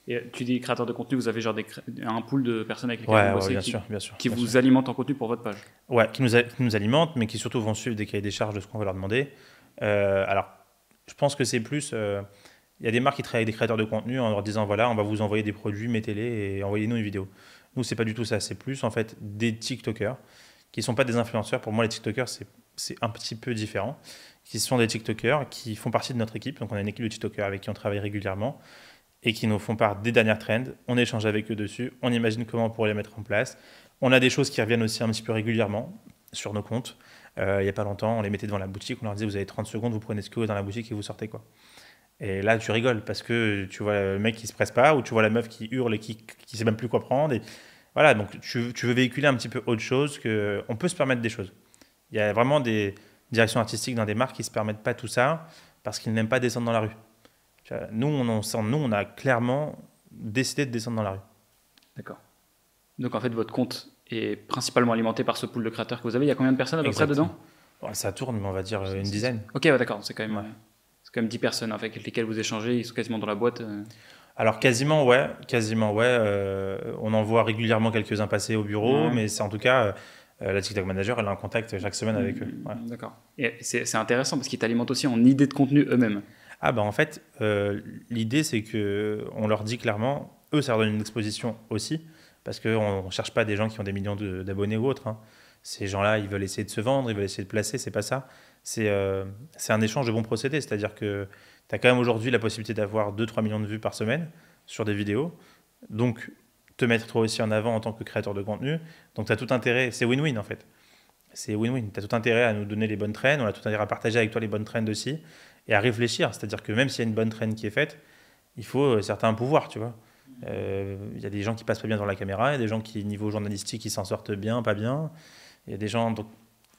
Et tu dis créateur de contenu, vous avez genre des cré... un pool de personnes avec lesquelles Ouais, vous ouais, bossez bien qui, sûr, bien sûr. qui bien vous sûr. alimentent en contenu pour votre page. Ouais, qui nous, a- qui nous alimentent, mais qui surtout vont suivre des cahiers des charges de ce qu'on va leur demander. Euh, alors, je pense que c'est plus. euh, Il y a des marques qui travaillent avec des créateurs de contenu en leur disant voilà, on va vous envoyer des produits, mettez-les et envoyez-nous une vidéo. Nous, c'est pas du tout ça. C'est plus en fait des TikTokers qui sont pas des influenceurs. Pour moi, les TikTokers, c'est c'est un petit peu différent. Qui sont des TikTokers qui font partie de notre équipe. Donc, on a une équipe de TikTokers avec qui on travaille régulièrement et qui nous font part des dernières trends. On échange avec eux dessus. On imagine comment on pourrait les mettre en place. On a des choses qui reviennent aussi un petit peu régulièrement sur nos comptes. Euh, il n'y a pas longtemps, on les mettait devant la boutique. On leur disait vous avez trente secondes, vous prenez ce que vous voulez dans la boutique et vous sortez quoi. Et là, tu rigoles parce que tu vois le mec qui se presse pas ou tu vois la meuf qui hurle et qui ne sait même plus quoi prendre. Et voilà, donc tu, tu veux véhiculer un petit peu autre chose. Que, on peut se permettre des choses. Il y a vraiment des directions artistiques dans des marques qui ne se permettent pas tout ça parce qu'ils n'aiment pas descendre dans la rue. Tu vois, Nous, on, on, nous, on a clairement décidé de descendre dans la rue. D'accord. Donc en fait, votre compte est principalement alimenté par ce pool de créateurs que vous avez. Il y a combien de personnes à peu près Exactement. dedans? Bon, ça tourne, mais on va dire euh, une dizaine. Ok, ouais, d'accord. C'est quand même, Ouais. c'est quand même dix personnes avec lesquelles vous échangez. Ils sont quasiment dans la boîte. euh. Alors quasiment ouais, quasiment ouais. euh, on en voit régulièrement quelques-uns passer au bureau, Ouais. mais c'est en tout cas euh, la TikTok Manager, elle est en contact chaque semaine avec eux. Ouais. D'accord. Et c'est c'est intéressant parce qu'ils t'alimentent aussi en idées de contenu eux-mêmes. Ah bah en fait, euh, l'idée c'est que on leur dit clairement, eux ça leur donne une exposition aussi, parce qu'on ne cherche pas des gens qui ont des millions de- d'abonnés ou autres. hein. Ces gens-là, ils veulent essayer de se vendre, ils veulent essayer de placer, c'est pas ça. C'est euh, c'est un échange de bons procédés, c'est-à-dire que tu as quand même aujourd'hui la possibilité d'avoir deux trois millions de vues par semaine sur des vidéos. Donc, te mettre toi aussi en avant en tant que créateur de contenu. Donc, tu as tout intérêt, c'est win-win en fait. C'est win-win. Tu as tout intérêt à nous donner les bonnes trends, on a tout intérêt à partager avec toi les bonnes trends aussi et à réfléchir. C'est-à-dire que même s'il y a une bonne trend qui est faite, il faut euh, certains pouvoirs, tu vois. Euh, Il y a des gens qui passent pas bien dans la caméra, il y a des gens qui, niveau journalistique, ils s'en sortent bien, pas bien. Il y a des gens. Donc,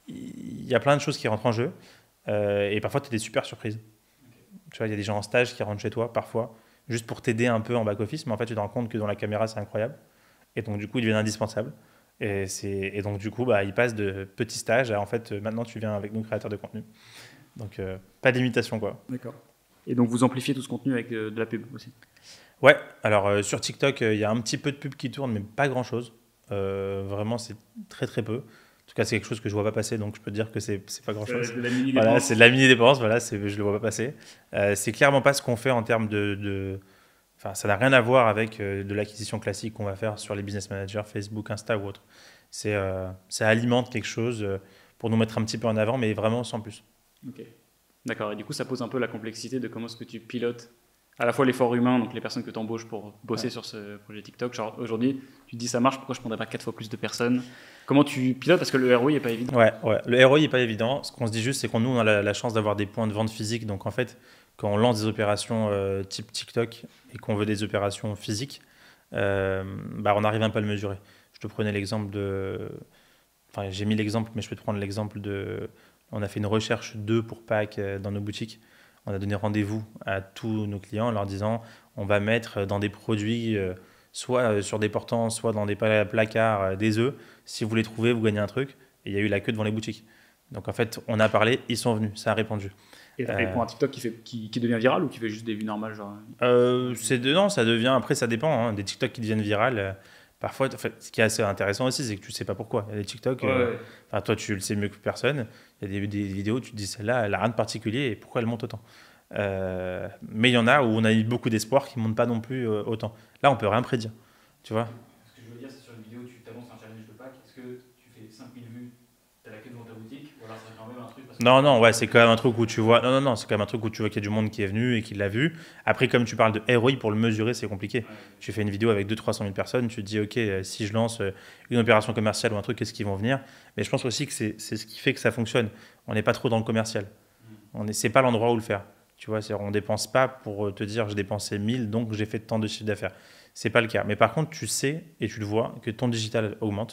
il y a plein de choses qui rentrent en jeu. Euh, et parfois, tu as des super surprises. Tu vois, il y a des gens en stage qui rentrent chez toi, parfois, juste pour t'aider un peu en back-office, mais en fait, tu te rends compte que dans la caméra, c'est incroyable. Et donc, du coup, ils deviennent indispensables. Et, c'est- et donc, du coup, bah, ils passent de petits stages à en fait, euh, maintenant, tu viens avec nous, créateur de contenu. Donc, euh, pas d'imitation, quoi. D'accord. Et donc vous amplifiez tout ce contenu avec de, de la pub aussi. Ouais, alors euh, sur TikTok, euh, il y a un petit peu de pub qui tourne, mais pas grand-chose. Euh, vraiment, c'est très, très peu. En tout cas, c'est quelque chose que je vois pas passer, donc je peux te dire que c'est c'est pas grand-chose. de la mini Voilà, c'est de la mini-dépense, voilà, c'est- je le vois pas passer. Euh, c'est clairement pas ce qu'on fait en termes de... de- Enfin, ça n'a rien à voir avec euh, de l'acquisition classique qu'on va faire sur les business managers, Facebook, Insta ou autre. C'est, euh, ça alimente quelque chose euh, pour nous mettre un petit peu en avant, mais vraiment sans plus. Ok. D'accord. Et du coup, ça pose un peu la complexité de comment est-ce que tu pilotes à la fois l'effort humain, donc les personnes que tu embauches pour bosser Ouais. sur ce projet TikTok. Genre aujourd'hui, tu te dis ça marche, pourquoi je ne prendrais pas quatre fois plus de personnes? Comment tu pilotes? Parce que le R O I n'est pas évident. Ouais, ouais. Le R O I n'est pas évident. Ce qu'on se dit juste, c'est qu'on nous, on a la, la chance d'avoir des points de vente physiques. Donc, en fait, quand on lance des opérations euh, type TikTok et qu'on veut des opérations physiques, euh, bah, on arrive un peu à le mesurer. Je te prenais l'exemple de... Enfin, j'ai mis l'exemple, mais je peux te prendre l'exemple de... On a fait une recherche d'œufs pour Pâques euh, dans nos boutiques. On a donné rendez-vous à tous nos clients en leur disant on va mettre dans des produits, euh, soit euh, sur des portants, soit dans des pla- placards, euh, des œufs. Si vous les trouvez, vous gagnez un truc. Et il y a eu la queue devant les boutiques. Donc en fait, on a parlé, ils sont venus, ça a répondu. Et tu Euh, pour un TikTok qui, fait, qui, qui devient viral ou qui fait juste des vues normales genre... Euh, c'est de, non, ça devient, après ça dépend, hein, des TikTok qui deviennent virales. euh, parfois, en fait, ce qui est assez intéressant aussi, c'est que tu sais pas pourquoi. Il y a des TikTok, euh, enfin, toi tu le sais mieux que personne. Il y a des, des vidéos où tu te dis celle-là, elle a rien de particulier et pourquoi elle monte autant. Euh, mais il y en a où on a eu beaucoup d'espoir qui ne montent pas non plus euh, autant. Là, on peut rien prédire, tu vois. Ce que je veux dire, c'est sur une vidéo, tu t'annonces un challenge de Pâques. Est-ce que tu fais cinq mille vues, t'as la queue devant ta boutique, ou alors c'est quand même un truc parce que Non, non, ouais, c'est quand même un truc où tu vois. Non, non, non, c'est quand même un truc où tu vois qu'il y a du monde qui est venu et qui l'a vu. Après, comme tu parles de R O I, pour le mesurer, c'est compliqué. Tu fais une vidéo avec deux cents à trois cent mille personnes, tu te dis, OK, euh, si je lance euh, une opération commerciale ou un truc, qu'est-ce qu'ils vont venir? Mais je pense aussi que c'est c'est ce qui fait que ça fonctionne. On n'est pas trop dans le commercial. On est, c'est pas l'endroit où le faire. Tu vois, c'est, on dépense pas pour te dire, j'ai dépensé mille, donc j'ai fait tant de chiffre d'affaires. C'est pas le cas. Mais par contre, tu sais et tu le vois que ton digital augmente.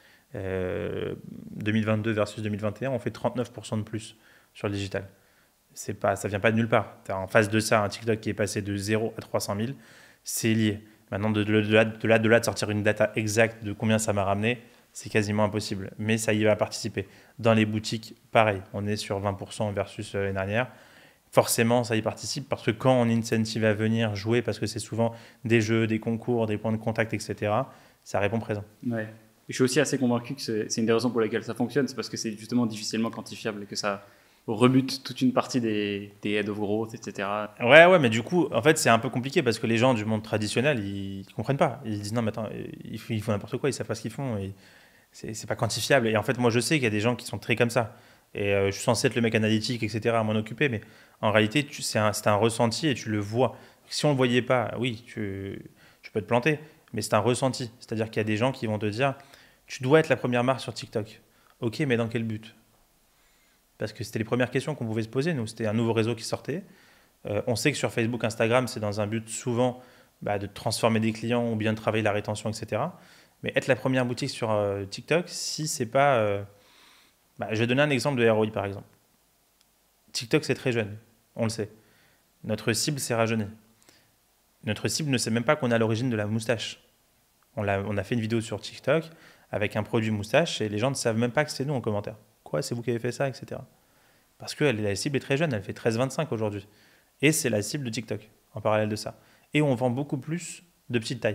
Euh, deux mille vingt-deux versus deux mille vingt et un, on fait trente-neuf pour cent de plus sur le digital. C'est pas, ça vient pas de nulle part. Tu as en face de ça un TikTok qui est passé de zéro à trois cent mille, c'est lié. Maintenant, de, de, de, là, de, là, de là de sortir une data exacte de combien ça m'a ramené, c'est quasiment impossible. Mais ça y va participer. Dans les boutiques, pareil, on est sur vingt pour cent versus l'année dernière. forcément, ça y participe parce que quand on incentive à venir jouer, parce que c'est souvent des jeux, des concours, des points de contact, et cetera, ça répond présent. Ouais. Et je suis aussi assez convaincu que c'est, c'est une des raisons pour lesquelles ça fonctionne, c'est parce que c'est justement difficilement quantifiable et que ça rebute toute une partie des, des head of growth, et cetera. Ouais, ouais, mais du coup, en fait, c'est un peu compliqué parce que les gens du monde traditionnel, ils ne comprennent pas. Ils disent non, mais attends, ils font, ils font n'importe quoi, ils savent pas ce qu'ils font. Et c'est, c'est pas quantifiable. Et en fait, moi, je sais qu'il y a des gens qui sont très comme ça. Et euh, je suis censé être le mec analytique, et cetera, à m'en occuper. Mais en réalité, tu, c'est, un, c'est un ressenti et tu le vois. Si on ne le voyait pas, oui, tu, tu peux te planter. Mais c'est un ressenti. C'est-à-dire qu'il y a des gens qui vont te dire tu dois être la première marque sur TikTok. Ok, mais dans quel but? Parce que c'était les premières questions qu'on pouvait se poser. Nous, c'était un nouveau réseau qui sortait. Euh, on sait que sur Facebook, Instagram, c'est dans un but souvent bah, de transformer des clients ou bien de travailler la rétention, et cetera. Mais être la première boutique sur euh, TikTok, si c'est pas... euh, bah, je vais donner un exemple de R O I, par exemple. TikTok, c'est très jeune. On le sait. Notre cible s'est rajeunie. Notre cible ne sait même pas qu'on est à l'origine de la moustache. On, l'a, on a fait une vidéo sur TikTok avec un produit moustache et les gens ne savent même pas que c'est nous en commentaire. Quoi, c'est vous qui avez fait ça, et cetera. Parce que elle, la cible est très jeune, elle fait treize vingt-cinq aujourd'hui. Et c'est la cible de TikTok, en parallèle de ça. Et on vend beaucoup plus de petite taille.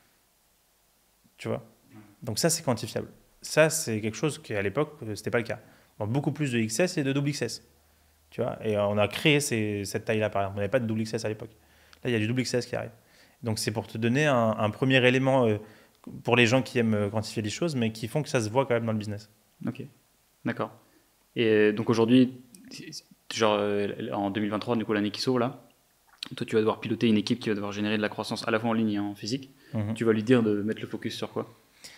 Tu vois? Donc ça, c'est quantifiable. Ça, c'est quelque chose qu'à l'époque, ce n'était pas le cas. On vend beaucoup plus de X S et de double X S. Tu vois? Et on a créé ces, cette taille-là, par exemple. On n'avait pas de double X S à l'époque. Là, il y a du double X S qui arrive. Donc c'est pour te donner un, un premier élément euh, pour les gens qui aiment quantifier les choses, mais qui font que ça se voit quand même dans le business. Ok, d'accord. Et donc aujourd'hui, genre euh, en deux mille vingt-trois, du coup l'année qui sauve là, toi tu vas devoir piloter une équipe qui va devoir générer de la croissance à la fois en ligne et en physique. Mhm. Tu vas lui dire de mettre le focus sur quoi?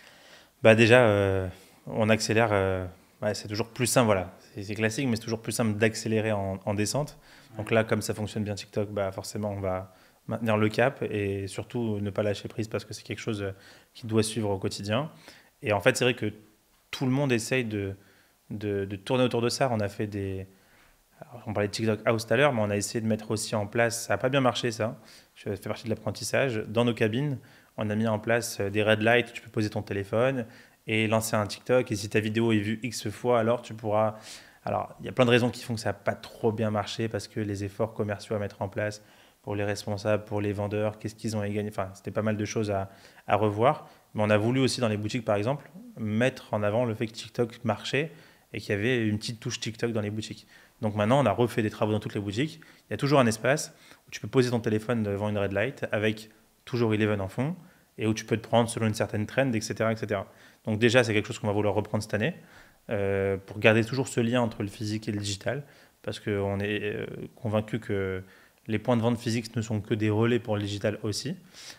Bah déjà, euh, on accélère. euh, ouais, c'est toujours plus simple, voilà. C'est, c'est classique, mais c'est toujours plus simple d'accélérer en, en descente. Donc là, comme ça fonctionne bien TikTok, bah forcément, on va maintenir le cap et surtout ne pas lâcher prise parce que c'est quelque chose euh, qui doit suivre au quotidien. Et en fait, c'est vrai que tout le monde essaye de, de, de tourner autour de ça. On a fait des... Alors, on parlait de TikTok House tout à l'heure, mais on a essayé de mettre aussi en place, ça n'a pas bien marché ça, ça fait partie de l'apprentissage. Dans nos cabines, on a mis en place euh, des red lights où tu peux poser ton téléphone et lancer un TikTok. Et si ta vidéo est vue X fois, alors tu pourras... Alors, il y a plein de raisons qui font que ça n'a pas trop bien marché parce que les efforts commerciaux à mettre en place pour les responsables, pour les vendeurs, qu'est-ce qu'ils ont à y gagner. Enfin, c'était pas mal de choses à, à revoir. Mais on a voulu aussi dans les boutiques, par exemple, mettre en avant le fait que TikTok marchait et qu'il y avait une petite touche TikTok dans les boutiques. Donc maintenant, on a refait des travaux dans toutes les boutiques. Il y a toujours un espace où tu peux poser ton téléphone devant une red light avec toujours Eleven en fond et où tu peux te prendre selon une certaine trend, et cetera, et cetera. Donc déjà, c'est quelque chose qu'on va vouloir reprendre cette année euh, pour garder toujours ce lien entre le physique et le digital parce qu'on est euh, convaincu que les points de vente physiques ne sont que des relais pour le digital aussi.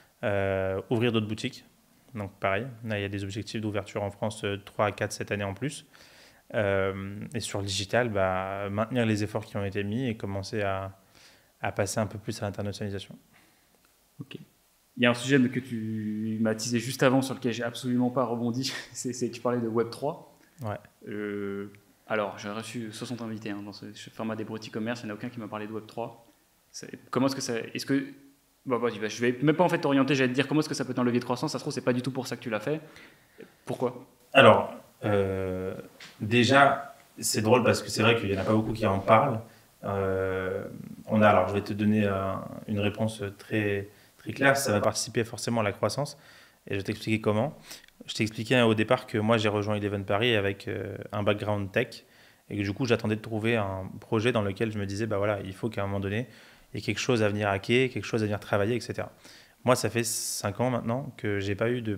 Euh, ouvrir d'autres boutiques. Donc pareil, là, il y a des objectifs d'ouverture en France euh, trois à quatre cette année en plus. Euh, et sur le digital, bah, maintenir les efforts qui ont été mis et commencer à, à passer un peu plus à l'internationalisation. Ok. Il y a un sujet que tu m'as teasé juste avant sur lequel j'ai absolument pas rebondi, c'est, c'est que tu parlais de Web trois. Ouais. Euh, alors, j'ai reçu soixante invités hein, dans ce format des Brut e-commerce, il n'y en a aucun qui m'a parlé de Web trois. C'est, comment est-ce que ça... Est-ce que... Bon, vas-y, bah, je vais même pas en fait t'orienter, j'allais te dire comment est-ce que ça peut être un levier de croissance, ça se trouve, c'est pas du tout pour ça que tu l'as fait. Pourquoi? Alors, euh, déjà, c'est drôle parce que c'est vrai qu'il n'y en a pas beaucoup qui en parlent. Euh, on a, alors, je vais te donner un, une réponse très, très claire. Ça va participer forcément à la croissance. Et je vais t'expliquer comment. Je t'ai expliqué au départ que moi, j'ai rejoint Eleven Paris avec euh, un background tech. Et que du coup, j'attendais de trouver un projet dans lequel je me disais, bah voilà, il faut qu'à un moment donné, il y ait quelque chose à venir hacker, quelque chose à venir travailler, et cetera. Moi, ça fait cinq ans maintenant que je n'ai pas eu de,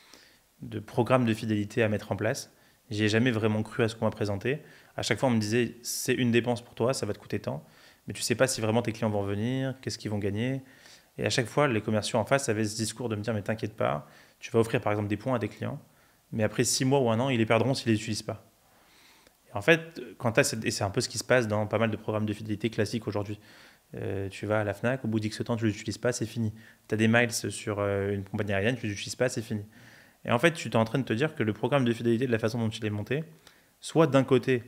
de programme de fidélité à mettre en place. J'y ai jamais vraiment cru à ce qu'on m'a présenté. À chaque fois, on me disait, c'est une dépense pour toi, ça va te coûter tant. Mais tu ne sais pas si vraiment tes clients vont venir, qu'est-ce qu'ils vont gagner. Et à chaque fois, les commerciaux en face avaient ce discours de me dire, mais t'inquiète pas, tu vas offrir par exemple des points à tes clients, mais après six mois ou un an, ils les perdront s'ils ne les utilisent pas. Et en fait, quand t'as cette... et c'est un peu ce qui se passe dans pas mal de programmes de fidélité classiques aujourd'hui. Euh, tu vas à la Fnac, au bout d'X temps, tu ne l'utilises pas, c'est fini. Tu as des miles sur euh, une compagnie aérienne, tu ne l'utilises pas, c'est fini. Et en fait, tu es en train de te dire que le programme de fidélité, de la façon dont il est monté, soit d'un côté,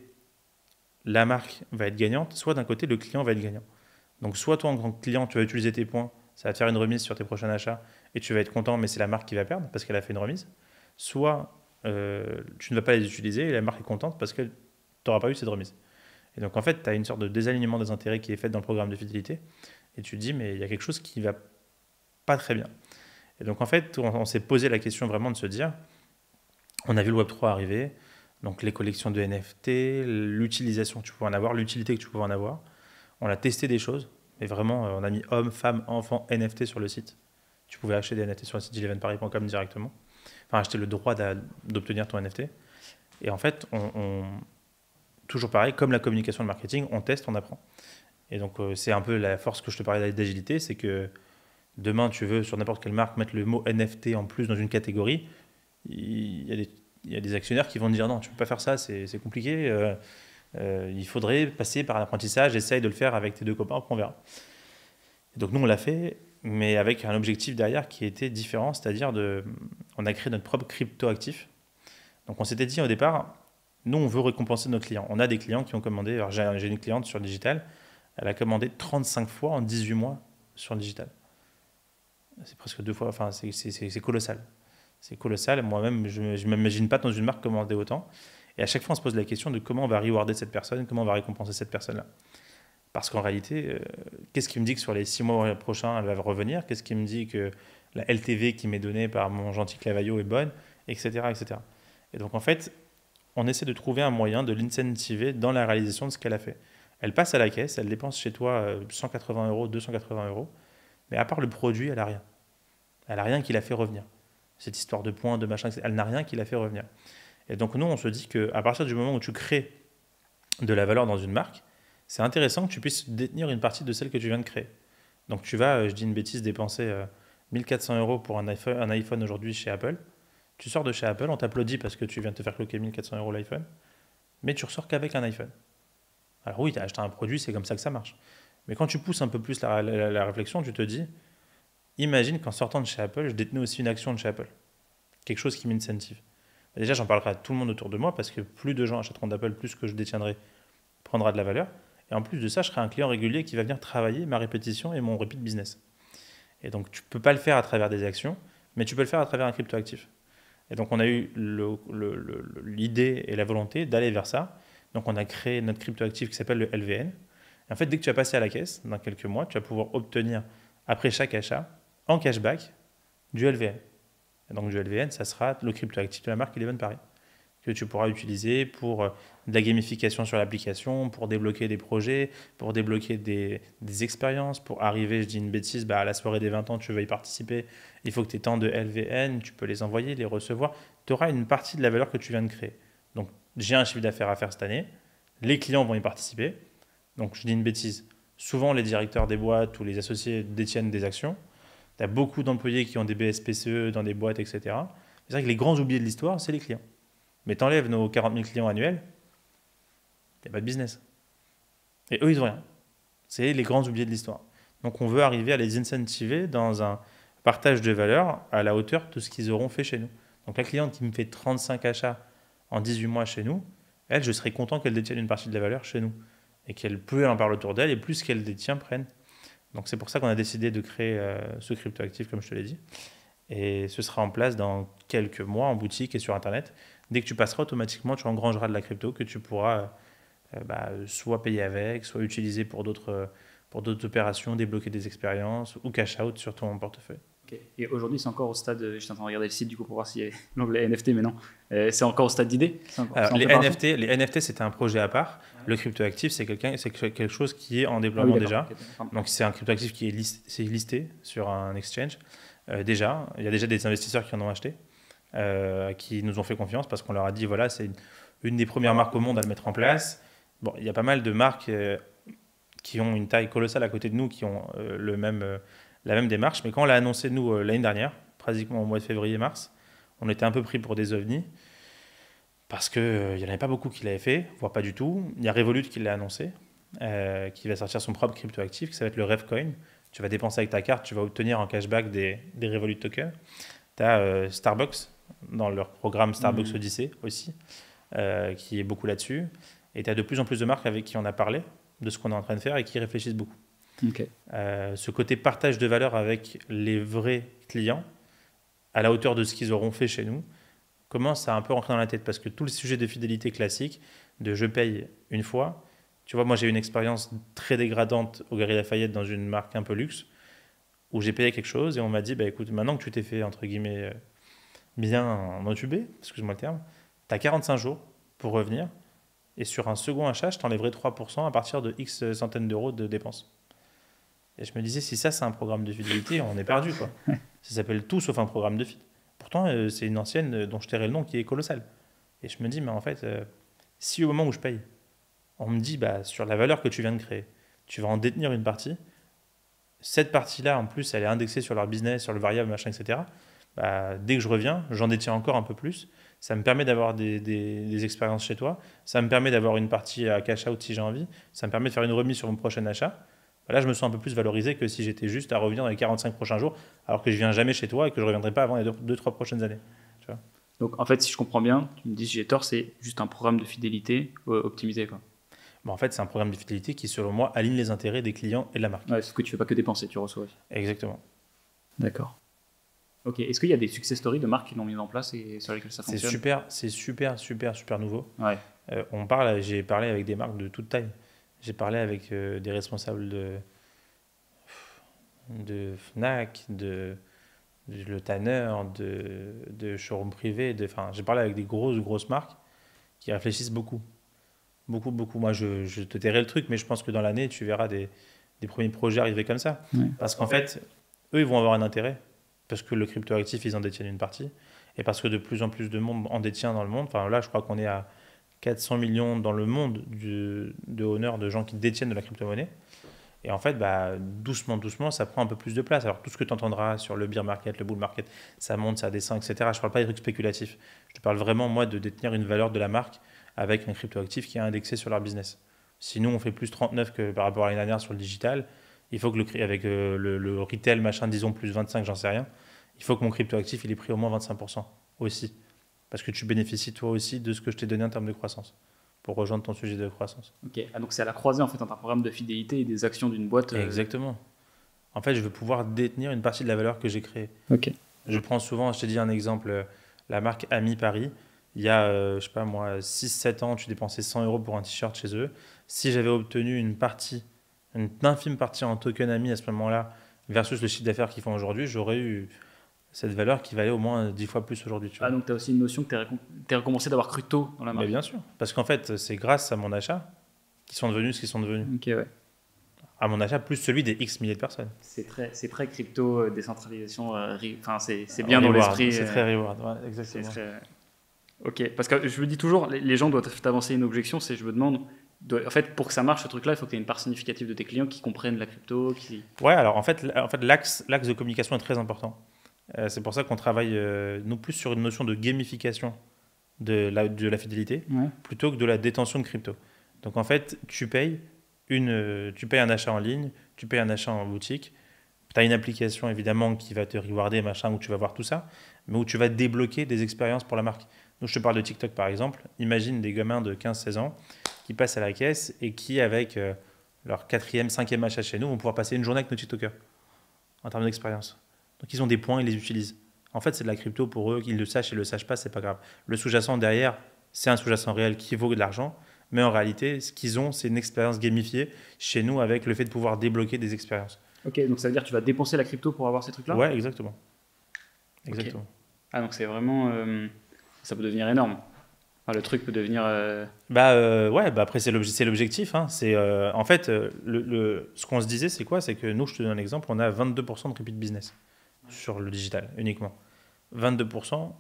la marque va être gagnante, soit d'un côté, le client va être gagnant. Donc, soit toi, en tant que client, tu vas utiliser tes points, ça va te faire une remise sur tes prochains achats, et tu vas être content, mais c'est la marque qui va perdre parce qu'elle a fait une remise. Soit euh, tu ne vas pas les utiliser, et la marque est contente parce que tu n'auras pas eu cette remise. Et donc, en fait, tu as une sorte de désalignement des intérêts qui est fait dans le programme de fidélité. Et tu te dis, mais il y a quelque chose qui ne va pas très bien. Et donc, en fait, on, on s'est posé la question vraiment de se dire, on a vu le web trois arriver, donc les collections de N F T, l'utilisation que tu pouvais en avoir, l'utilité que tu pouvais en avoir. On a testé des choses, mais vraiment, on a mis hommes, femmes, enfants, N F T sur le site. Tu pouvais acheter des N F T sur le site eleven paris point com directement. Enfin, acheter le droit d'obtenir ton N F T. Et en fait, on, on, toujours pareil, comme la communication et le marketing, on teste, on apprend. Et donc, euh, c'est un peu la force que je te parlais d'agilité, c'est que demain, tu veux, sur n'importe quelle marque, mettre le mot N F T en plus dans une catégorie, il y a des, il y a des actionnaires qui vont te dire non, tu ne peux pas faire ça, c'est compliqué, euh, euh, il faudrait passer par l'apprentissage, essaye de le faire avec tes deux copains, après on verra. Et donc, nous, on l'a fait, mais avec un objectif derrière qui était différent, c'est-à-dire de, on a créé notre propre crypto-actif. Donc, on s'était dit au départ, nous, on veut récompenser nos clients. On a des clients qui ont commandé, alors j'ai une cliente sur le digital, elle a commandé trente-cinq fois en dix-huit mois sur le digital. C'est presque deux fois, enfin, c'est colossal. C'est colossal. Moi-même, je ne m'imagine pas dans une marque commander autant. Et à chaque fois, on se pose la question de comment on va rewarder cette personne, comment on va récompenser cette personne-là. Parce qu'en réalité, euh, qu'est-ce qui me dit que sur les six mois prochains, elle va revenir? Qu'est-ce qui me dit que la L T V qui m'est donnée par mon gentil Clavayo est bonne, et cetera, et cetera. Et donc, en fait, on essaie de trouver un moyen de l'incentiver dans la réalisation de ce qu'elle a fait. Elle passe à la caisse, elle dépense chez toi cent quatre-vingts euros, deux cent quatre-vingts euros, mais à part le produit, elle n'a rien. Elle n'a rien qui l'a fait revenir. Cette histoire de points, de machin, elle n'a rien qui l'a fait revenir. Et donc nous, on se dit qu'à partir du moment où tu crées de la valeur dans une marque, c'est intéressant que tu puisses détenir une partie de celle que tu viens de créer. Donc tu vas, je dis une bêtise, dépenser mille quatre cents euros pour un iPhone, un iPhone aujourd'hui chez Apple. Tu sors de chez Apple, on t'applaudit parce que tu viens de te faire cloquer mille quatre cents euros l'iPhone, mais tu ressors qu'avec un iPhone. Alors oui, tu as acheté un produit, c'est comme ça que ça marche. Mais quand tu pousses un peu plus la, la, la réflexion, tu te dis, imagine qu'en sortant de chez Apple, je détenais aussi une action de chez Apple. Quelque chose qui m'incentive. Déjà, j'en parlerai à tout le monde autour de moi parce que plus de gens achèteront d'Apple, plus que je détiendrai prendra de la valeur. Et en plus de ça, je serai un client régulier qui va venir travailler ma répétition et mon repeat business. Et donc, tu ne peux pas le faire à travers des actions, mais tu peux le faire à travers un crypto-actif. Et donc, on a eu l'idée et la volonté d'aller vers ça. Donc, on a créé notre crypto-actif qui s'appelle le L V N. Et en fait, dès que tu vas passer à la caisse, dans quelques mois, tu vas pouvoir obtenir, après chaque achat, en cashback, du L V N. Et donc, du L V N, ça sera le crypto-actif de la marque eleven paris, que tu pourras utiliser pour de la gamification sur l'application, pour débloquer des projets, pour débloquer des, des expériences, pour arriver, je dis une bêtise, bah à la soirée des vingt ans, tu veux y participer, il faut que tu aies tant de L V N, tu peux les envoyer, les recevoir. Tu auras une partie de la valeur que tu viens de créer. Donc, j'ai un chiffre d'affaires à faire cette année, les clients vont y participer. Donc, je dis une bêtise, souvent les directeurs des boîtes ou les associés détiennent des actions. Tu as beaucoup d'employés qui ont des B S P C E dans des boîtes, et cetera. C'est vrai que les grands oubliés de l'histoire, c'est les clients. Mais tu enlèves nos quarante mille clients annuels, il n'y a pas de business. Et eux, ils n'ont rien. C'est les grands oubliés de l'histoire. Donc, on veut arriver à les incentiver dans un partage de valeur à la hauteur de ce qu'ils auront fait chez nous. Donc, la cliente qui me fait trente-cinq achats en dix-huit mois chez nous, elle, je serais content qu'elle détienne une partie de la valeur chez nous. Et qu'elle peut en parler autour d'elle et plus qu'elle détient prenne. Donc, c'est pour ça qu'on a décidé de créer euh, ce crypto-actif, comme je te l'ai dit. Et ce sera en place dans quelques mois en boutique et sur Internet. Dès que tu passeras, automatiquement, tu engrangeras de la crypto que tu pourras euh, bah, soit payer avec, soit utiliser pour d'autres pour d'autres opérations, débloquer des expériences ou cash out sur ton portefeuille. Okay. Et aujourd'hui, c'est encore au stade, je suis en train de regarder le site du coup pour voir s'il y a l'onglet N F T, mais non, euh, c'est encore au stade d'idée. Les N F T, les N F T, c'était un projet à part. Ouais. Le cryptoactif, c'est quelqu'un, c'est quelque chose qui est en déploiement ah oui, déjà. Okay. Donc c'est un cryptoactif qui est listé, listé sur un exchange. Euh, déjà, il y a déjà des investisseurs qui en ont acheté, euh, qui nous ont fait confiance parce qu'on leur a dit voilà, c'est une, une des premières marques au monde à le mettre en place. Bon, il y a pas mal de marques euh, qui ont une taille colossale à côté de nous, qui ont euh, le même euh, la même démarche, mais quand on l'a annoncé, nous, euh, l'année dernière, pratiquement au mois de février-mars, on était un peu pris pour des ovnis, parce qu'il euh, n'y en avait pas beaucoup qui l'avaient fait, voire pas du tout. Il y a Revolut qui l'a annoncé, euh, qui va sortir son propre cryptoactif, qui ça va être le RevCoin. Tu vas dépenser avec ta carte, tu vas obtenir en cashback des, des Revolut tokens. Tu as euh, Starbucks, dans leur programme Starbucks mmh. Odyssey aussi, euh, qui est beaucoup là-dessus. Et tu as de plus en plus de marques avec qui on a parlé de ce qu'on est en train de faire et qui réfléchissent beaucoup. Okay. Euh, ce côté partage de valeur avec les vrais clients à la hauteur de ce qu'ils auront fait chez nous commence à un peu rentrer dans la tête parce que tout le sujet de fidélité classique de je paye une fois, Tu vois, moi, j'ai eu une expérience très dégradante au Galeries Lafayette dans une marque un peu luxe, où j'ai payé quelque chose et on m'a dit, bah écoute, maintenant que tu t'es fait, entre guillemets, euh, bien entubé, excuse-moi le terme, tu as quarante-cinq jours pour revenir et sur un second achat, je t'enlèverai trois pour cent à partir de X centaines d'euros de dépenses. Et je me disais, si ça, c'est un programme de fidélité, on est perdu, quoi. Ça s'appelle tout sauf un programme de feed. Pourtant, euh, c'est une ancienne euh, dont je tairai le nom qui est colossale. Et je me dis, mais en fait, euh, si au moment où je paye, on me dit, bah, sur la valeur que tu viens de créer, tu vas en détenir une partie, cette partie-là, en plus, elle est indexée sur leur business, sur le variable, machin, et cetera. Bah, dès que je reviens, j'en détiens encore un peu plus. Ça me permet d'avoir des, des, des expériences chez toi. Ça me permet d'avoir une partie à cash out si j'ai envie. Ça me permet de faire une remise sur mon prochain achat. Bah, là, je me sens un peu plus valorisé que si j'étais juste à revenir dans les quarante-cinq prochains jours, alors que je viens jamais chez toi et que je ne reviendrai pas avant les deux trois prochaines années. Tu vois. Donc, en fait, si je comprends bien, tu me dis si j'ai tort, c'est juste un programme de fidélité euh, optimisé, quoi. Bon, en fait, c'est un programme de fidélité qui, selon moi, aligne les intérêts des clients et de la marque. Ouais, sauf que tu ne fais pas que dépenser, tu reçois aussi. Exactement. D'accord. Ok, est-ce qu'il y a des success stories de marques qui l'ont mis en place et sur lesquelles ça C'est fonctionne? super, c'est super, super, super nouveau. Ouais. Euh, on parle, j'ai parlé avec des marques de toute taille. J'ai parlé avec euh, des responsables de, de Fnac, de, de Le Tanner, de, de showroom privé. De, enfin, j'ai parlé avec des grosses, grosses marques qui réfléchissent beaucoup. Beaucoup, beaucoup. Moi, je, je te tairai le truc, mais je pense que dans l'année, tu verras des, des premiers projets arriver comme ça. Ouais. Parce qu'en fait, eux, ils vont avoir un intérêt. Parce que le cryptoactif, ils en détiennent une partie. Et parce que de plus en plus de monde en détient dans le monde. Enfin, là, je crois qu'on est à quatre cents millions dans le monde de, de owners, de gens qui détiennent de la crypto-monnaie. Et en fait, bah, doucement, doucement, ça prend un peu plus de place. Alors, tout ce que tu entendras sur le bear market, le bull market, ça monte, ça descend, et cetera. Je ne parle pas des trucs spéculatifs. Je te parle vraiment, moi, de détenir une valeur de la marque avec un cryptoactif qui est indexé sur leur business. Si nous, on fait plus trente-neuf que par rapport à l'année dernière sur le digital, il faut que le, avec euh, le, le retail, machin, disons plus vingt-cinq, j'en sais rien, il faut que mon cryptoactif, il ait pris au moins vingt-cinq pour cent aussi. Parce que tu bénéficies toi aussi de ce que je t'ai donné en termes de croissance, pour rejoindre ton sujet de croissance. Ok, ah, donc c'est à la croisée en fait entre un programme de fidélité et des actions d'une boîte. euh, Exactement. En fait, je veux pouvoir détenir une partie de la valeur que j'ai créée. Ok. Je prends souvent, je te dis un exemple, euh, la marque Ami Paris. Il y a, euh, je sais pas moi, six sept ans, tu dépensais cent euros pour un t-shirt chez eux. Si j'avais obtenu une partie, une infime partie en token Ami à ce moment-là, versus le chiffre d'affaires qu'ils font aujourd'hui, j'aurais eu cette valeur qui valait au moins dix fois plus aujourd'hui. Tu vois. Ah, donc tu as aussi une notion que tu es récom récompensé d'avoir cru tôt dans la marque. Mais bien sûr, parce qu'en fait, c'est grâce à mon achat qu'ils sont devenus ce qu'ils sont devenus. Ok, ouais. À mon achat, plus celui des X milliers de personnes. C'est très, c'est très crypto, euh, décentralisation. Euh, enfin, c'est c'est bien dans Reward, l'esprit. C'est euh, très reward, ouais, c'est exactement. très- Ok, parce que je me dis toujours, les, les gens doivent t'avancer une objection, c'est je me demande, doit- en fait, pour que ça marche ce truc-là, il faut que tu aies une part significative de tes clients qui comprennent la crypto, qui... Ouais, alors en fait, l- en fait l'axe l'axe de communication est très important. Euh, c'est pour ça qu'on travaille, euh, nous, plus sur une notion de gamification de la, de la fidélité, Ouais. plutôt que de la détention de crypto. Donc en fait, tu payes, une, euh, tu payes un achat en ligne, tu payes un achat en boutique, tu as une application évidemment qui va te rewarder, machin, où tu vas voir tout ça, mais où tu vas débloquer des expériences pour la marque. Donc je te parle de TikTok par exemple, imagine des gamins de quinze seize ans qui passent à la caisse et qui, avec euh, leur quatrième, cinquième achat chez nous, vont pouvoir passer une journée avec nos TikTokers en termes d'expérience. Donc ils ont des points, ils les utilisent. En fait, c'est de la crypto pour eux, qu'ils le sachent et le sachent pas, c'est pas grave. Le sous-jacent derrière, c'est un sous-jacent réel qui vaut de l'argent, mais en réalité, ce qu'ils ont, c'est une expérience gamifiée chez nous avec le fait de pouvoir débloquer des expériences. Ok, donc ça veut dire que tu vas dépenser la crypto pour avoir ces trucs-là? Ouais, exactement. Exactement. Ah, donc c'est vraiment... euh, ça peut devenir énorme. Enfin, le truc peut devenir... euh, Bah euh, ouais, bah après c'est l'obje- c'est l'objectif. Hein. C'est euh, en fait euh, le, le- ce qu'on se disait, c'est quoi? C'est que nous, je te donne un exemple, on a vingt-deux pour cent de repeat business sur le digital uniquement. vingt-deux pour cent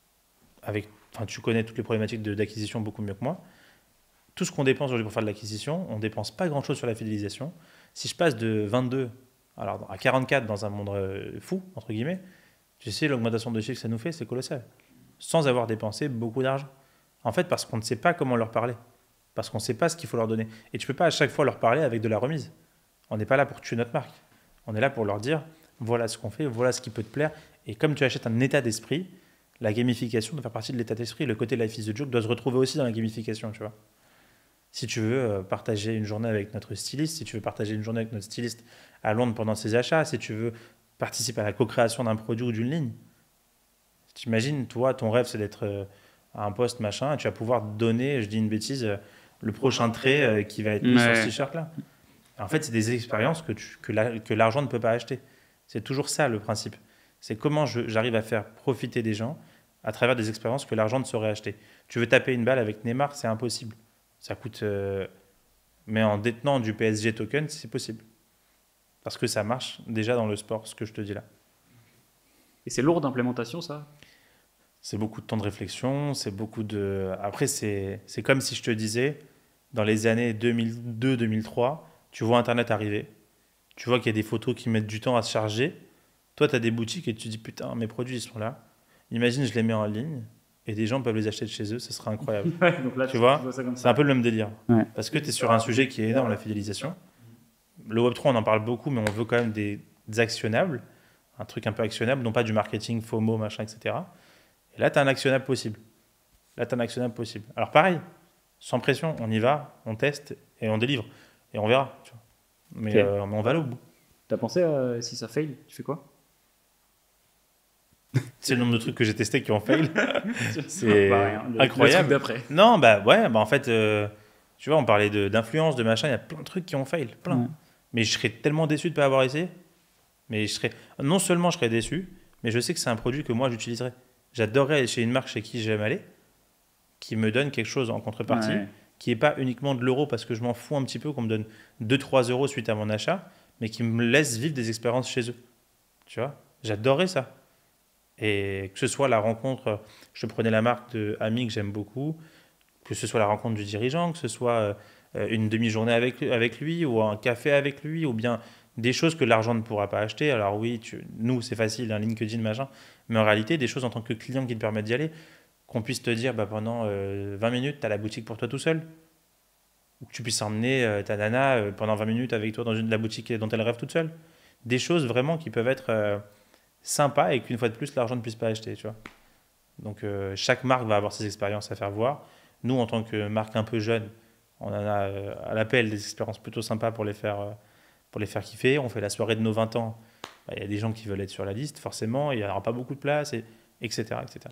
avec, enfin tu connais toutes les problématiques de- d'acquisition beaucoup mieux que moi. Tout ce qu'on dépense aujourd'hui pour faire de l'acquisition, on dépense pas grand chose sur la fidélisation. Si je passe de vingt-deux alors à quarante-quatre dans un monde euh, fou entre guillemets, tu sais l'augmentation de chiffre que ça nous fait, c'est colossal, sans avoir dépensé beaucoup d'argent. En fait, parce qu'on ne sait pas comment leur parler. Parce qu'on ne sait pas ce qu'il faut leur donner. Et tu ne peux pas à chaque fois leur parler avec de la remise. On n'est pas là pour tuer notre marque. On est là pour leur dire, voilà ce qu'on fait, voilà ce qui peut te plaire. Et comme tu achètes un état d'esprit, la gamification doit faire partie de l'état d'esprit. Le côté life is the joke doit se retrouver aussi dans la gamification, tu vois. Si tu veux euh, partager une journée avec notre styliste, si tu veux partager une journée avec notre styliste à Londres pendant ses achats, si tu veux participer à la co-création d'un produit ou d'une ligne, t'imagines, toi, ton rêve, c'est d'être... euh, à un poste machin, et tu vas pouvoir donner, je dis une bêtise, le prochain trait euh, qui va être mis sur Ouais. ce t-shirt-là. En fait, c'est des expériences que, tu- que, la- que l'argent ne peut pas acheter. C'est toujours ça le principe. C'est comment je- j'arrive à faire profiter des gens à travers des expériences que l'argent ne saurait acheter. Tu veux taper une balle avec Neymar, c'est impossible. Ça coûte. euh, Mais en détenant du P S G token, c'est possible. Parce que ça marche déjà dans le sport, ce que je te dis là. Et c'est lourd d'implémentation, ça? C'est beaucoup de temps de réflexion, c'est beaucoup de... Après, c'est c'est comme si je te disais, dans les années deux mille deux deux mille trois, tu vois Internet arriver, tu vois qu'il y a des photos qui mettent du temps à se charger, toi, tu as des boutiques et tu te dis, putain, mes produits, ils sont là. Imagine, je les mets en ligne et des gens peuvent les acheter de chez eux, ce serait incroyable. Ouais, donc là, Tu vois, ça comme C'est ça. un peu le même délire. Ouais. Parce que tu es sur un sujet qui est énorme, la fidélisation. Le Web trois, on en parle beaucoup, mais on veut quand même des, des actionnables, un truc un peu actionnable, non pas du marketing, FOMO, machin, et cetera. Et là, tu as un actionnable possible. Là, tu as un actionnable possible. Alors pareil, sans pression, on y va, on teste et on délivre. Et on verra. Tu vois. Mais, Ok. euh, mais on va aller au bout. T'as pensé à si ça fail, tu fais quoi? C'est le nombre de trucs que j'ai testés qui ont fail. C'est Bah, rien, le- incroyable. Le truc d'après. Non, bah ouais, bah en fait, euh, tu vois, on parlait de- d'influence, de, machin, il y a plein de trucs qui ont fail, plein. Ouais. Mais je serais tellement déçu de ne pas avoir essayé. Mais je serais, non seulement je serais déçu, mais je sais que c'est un produit que moi j'utiliserais. J'adorerais aller chez une marque chez qui j'aime aller, qui me donne quelque chose en contrepartie, Ouais. qui n'est pas uniquement de l'euro parce que je m'en fous un petit peu qu'on me donne deux trois euros suite à mon achat, mais qui me laisse vivre des expériences chez eux. Tu vois, j'adorerais ça. Et que ce soit la rencontre, je prenais la marque de Ami que j'aime beaucoup, que ce soit la rencontre du dirigeant, que ce soit euh, une demi-journée avec, avec lui ou un café avec lui, ou bien des choses que l'argent ne pourra pas acheter. Alors oui, tu- nous, c'est facile, un LinkedIn, machin, mais en réalité, des choses en tant que client qui te permettent d'y aller, qu'on puisse te dire bah, pendant euh, vingt minutes, tu as la boutique pour toi tout seul, ou que tu puisses emmener euh, ta nana euh, pendant vingt minutes avec toi dans une, la boutique dont elle rêve toute seule. Des choses vraiment qui peuvent être euh, sympas et qu'une fois de plus, l'argent ne puisse pas acheter. Tu vois. Donc euh, chaque marque va avoir ses expériences à faire voir. Nous, en tant que marque un peu jeune, on en a euh, à l'appel des expériences plutôt sympas pour les faire, euh, pour les faire kiffer. On fait la soirée de nos vingt ans. Bah, il y a des gens qui veulent être sur la liste, forcément. Il n'y aura pas beaucoup de place, et, etc., et cetera.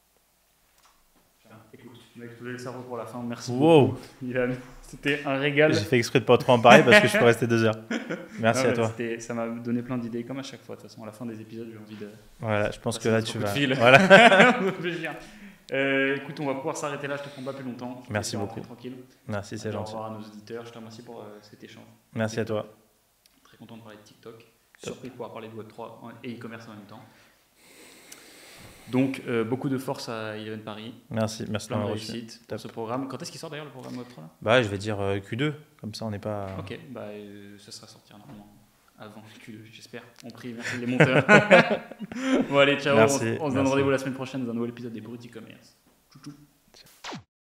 Écoute, tu m'as explosé le cerveau pour la fin. Merci Wow. beaucoup, Ilan. C'était un régal. J'ai fait exprès de pas trop en parler parce que je peux rester deux heures. Merci Non, à mais toi. c'était- Ça m'a donné plein d'idées, comme à chaque fois. De toute façon, à la fin des épisodes, j'ai envie de Voilà, je pense que passer là, d'autres tu coups vas. de fil. Voilà. Réfléchir. Euh, écoute, on va pouvoir s'arrêter là. Je te prends pas plus longtemps. Je te Merci laisse rentrer beaucoup. Tranquille. Merci, c'est Au gentil. revoir à nos auditeurs. Je te remercie pour euh, cet échange. Merci à toi. Très content de parler de TikTok. Top. Surpris de pouvoir parler de Web trois et e-commerce en même temps. Donc, euh, beaucoup de force à Eleven Paris. Merci, merci de Plein de m'avoir reçu. réussite pour Top. ce programme. Quand est-ce qu'il sort d'ailleurs le programme Web trois là? Bah, je vais dire euh, Q deux, comme ça on n'est pas. Ok, bah, euh, ça sera sortir normalement avant Q deux, j'espère. On prie, merci les monteurs. Bon, allez, ciao. Merci, on, on se donne merci. rendez-vous la semaine prochaine dans un nouvel épisode des Bruts e-commerce. Tchou, tchou.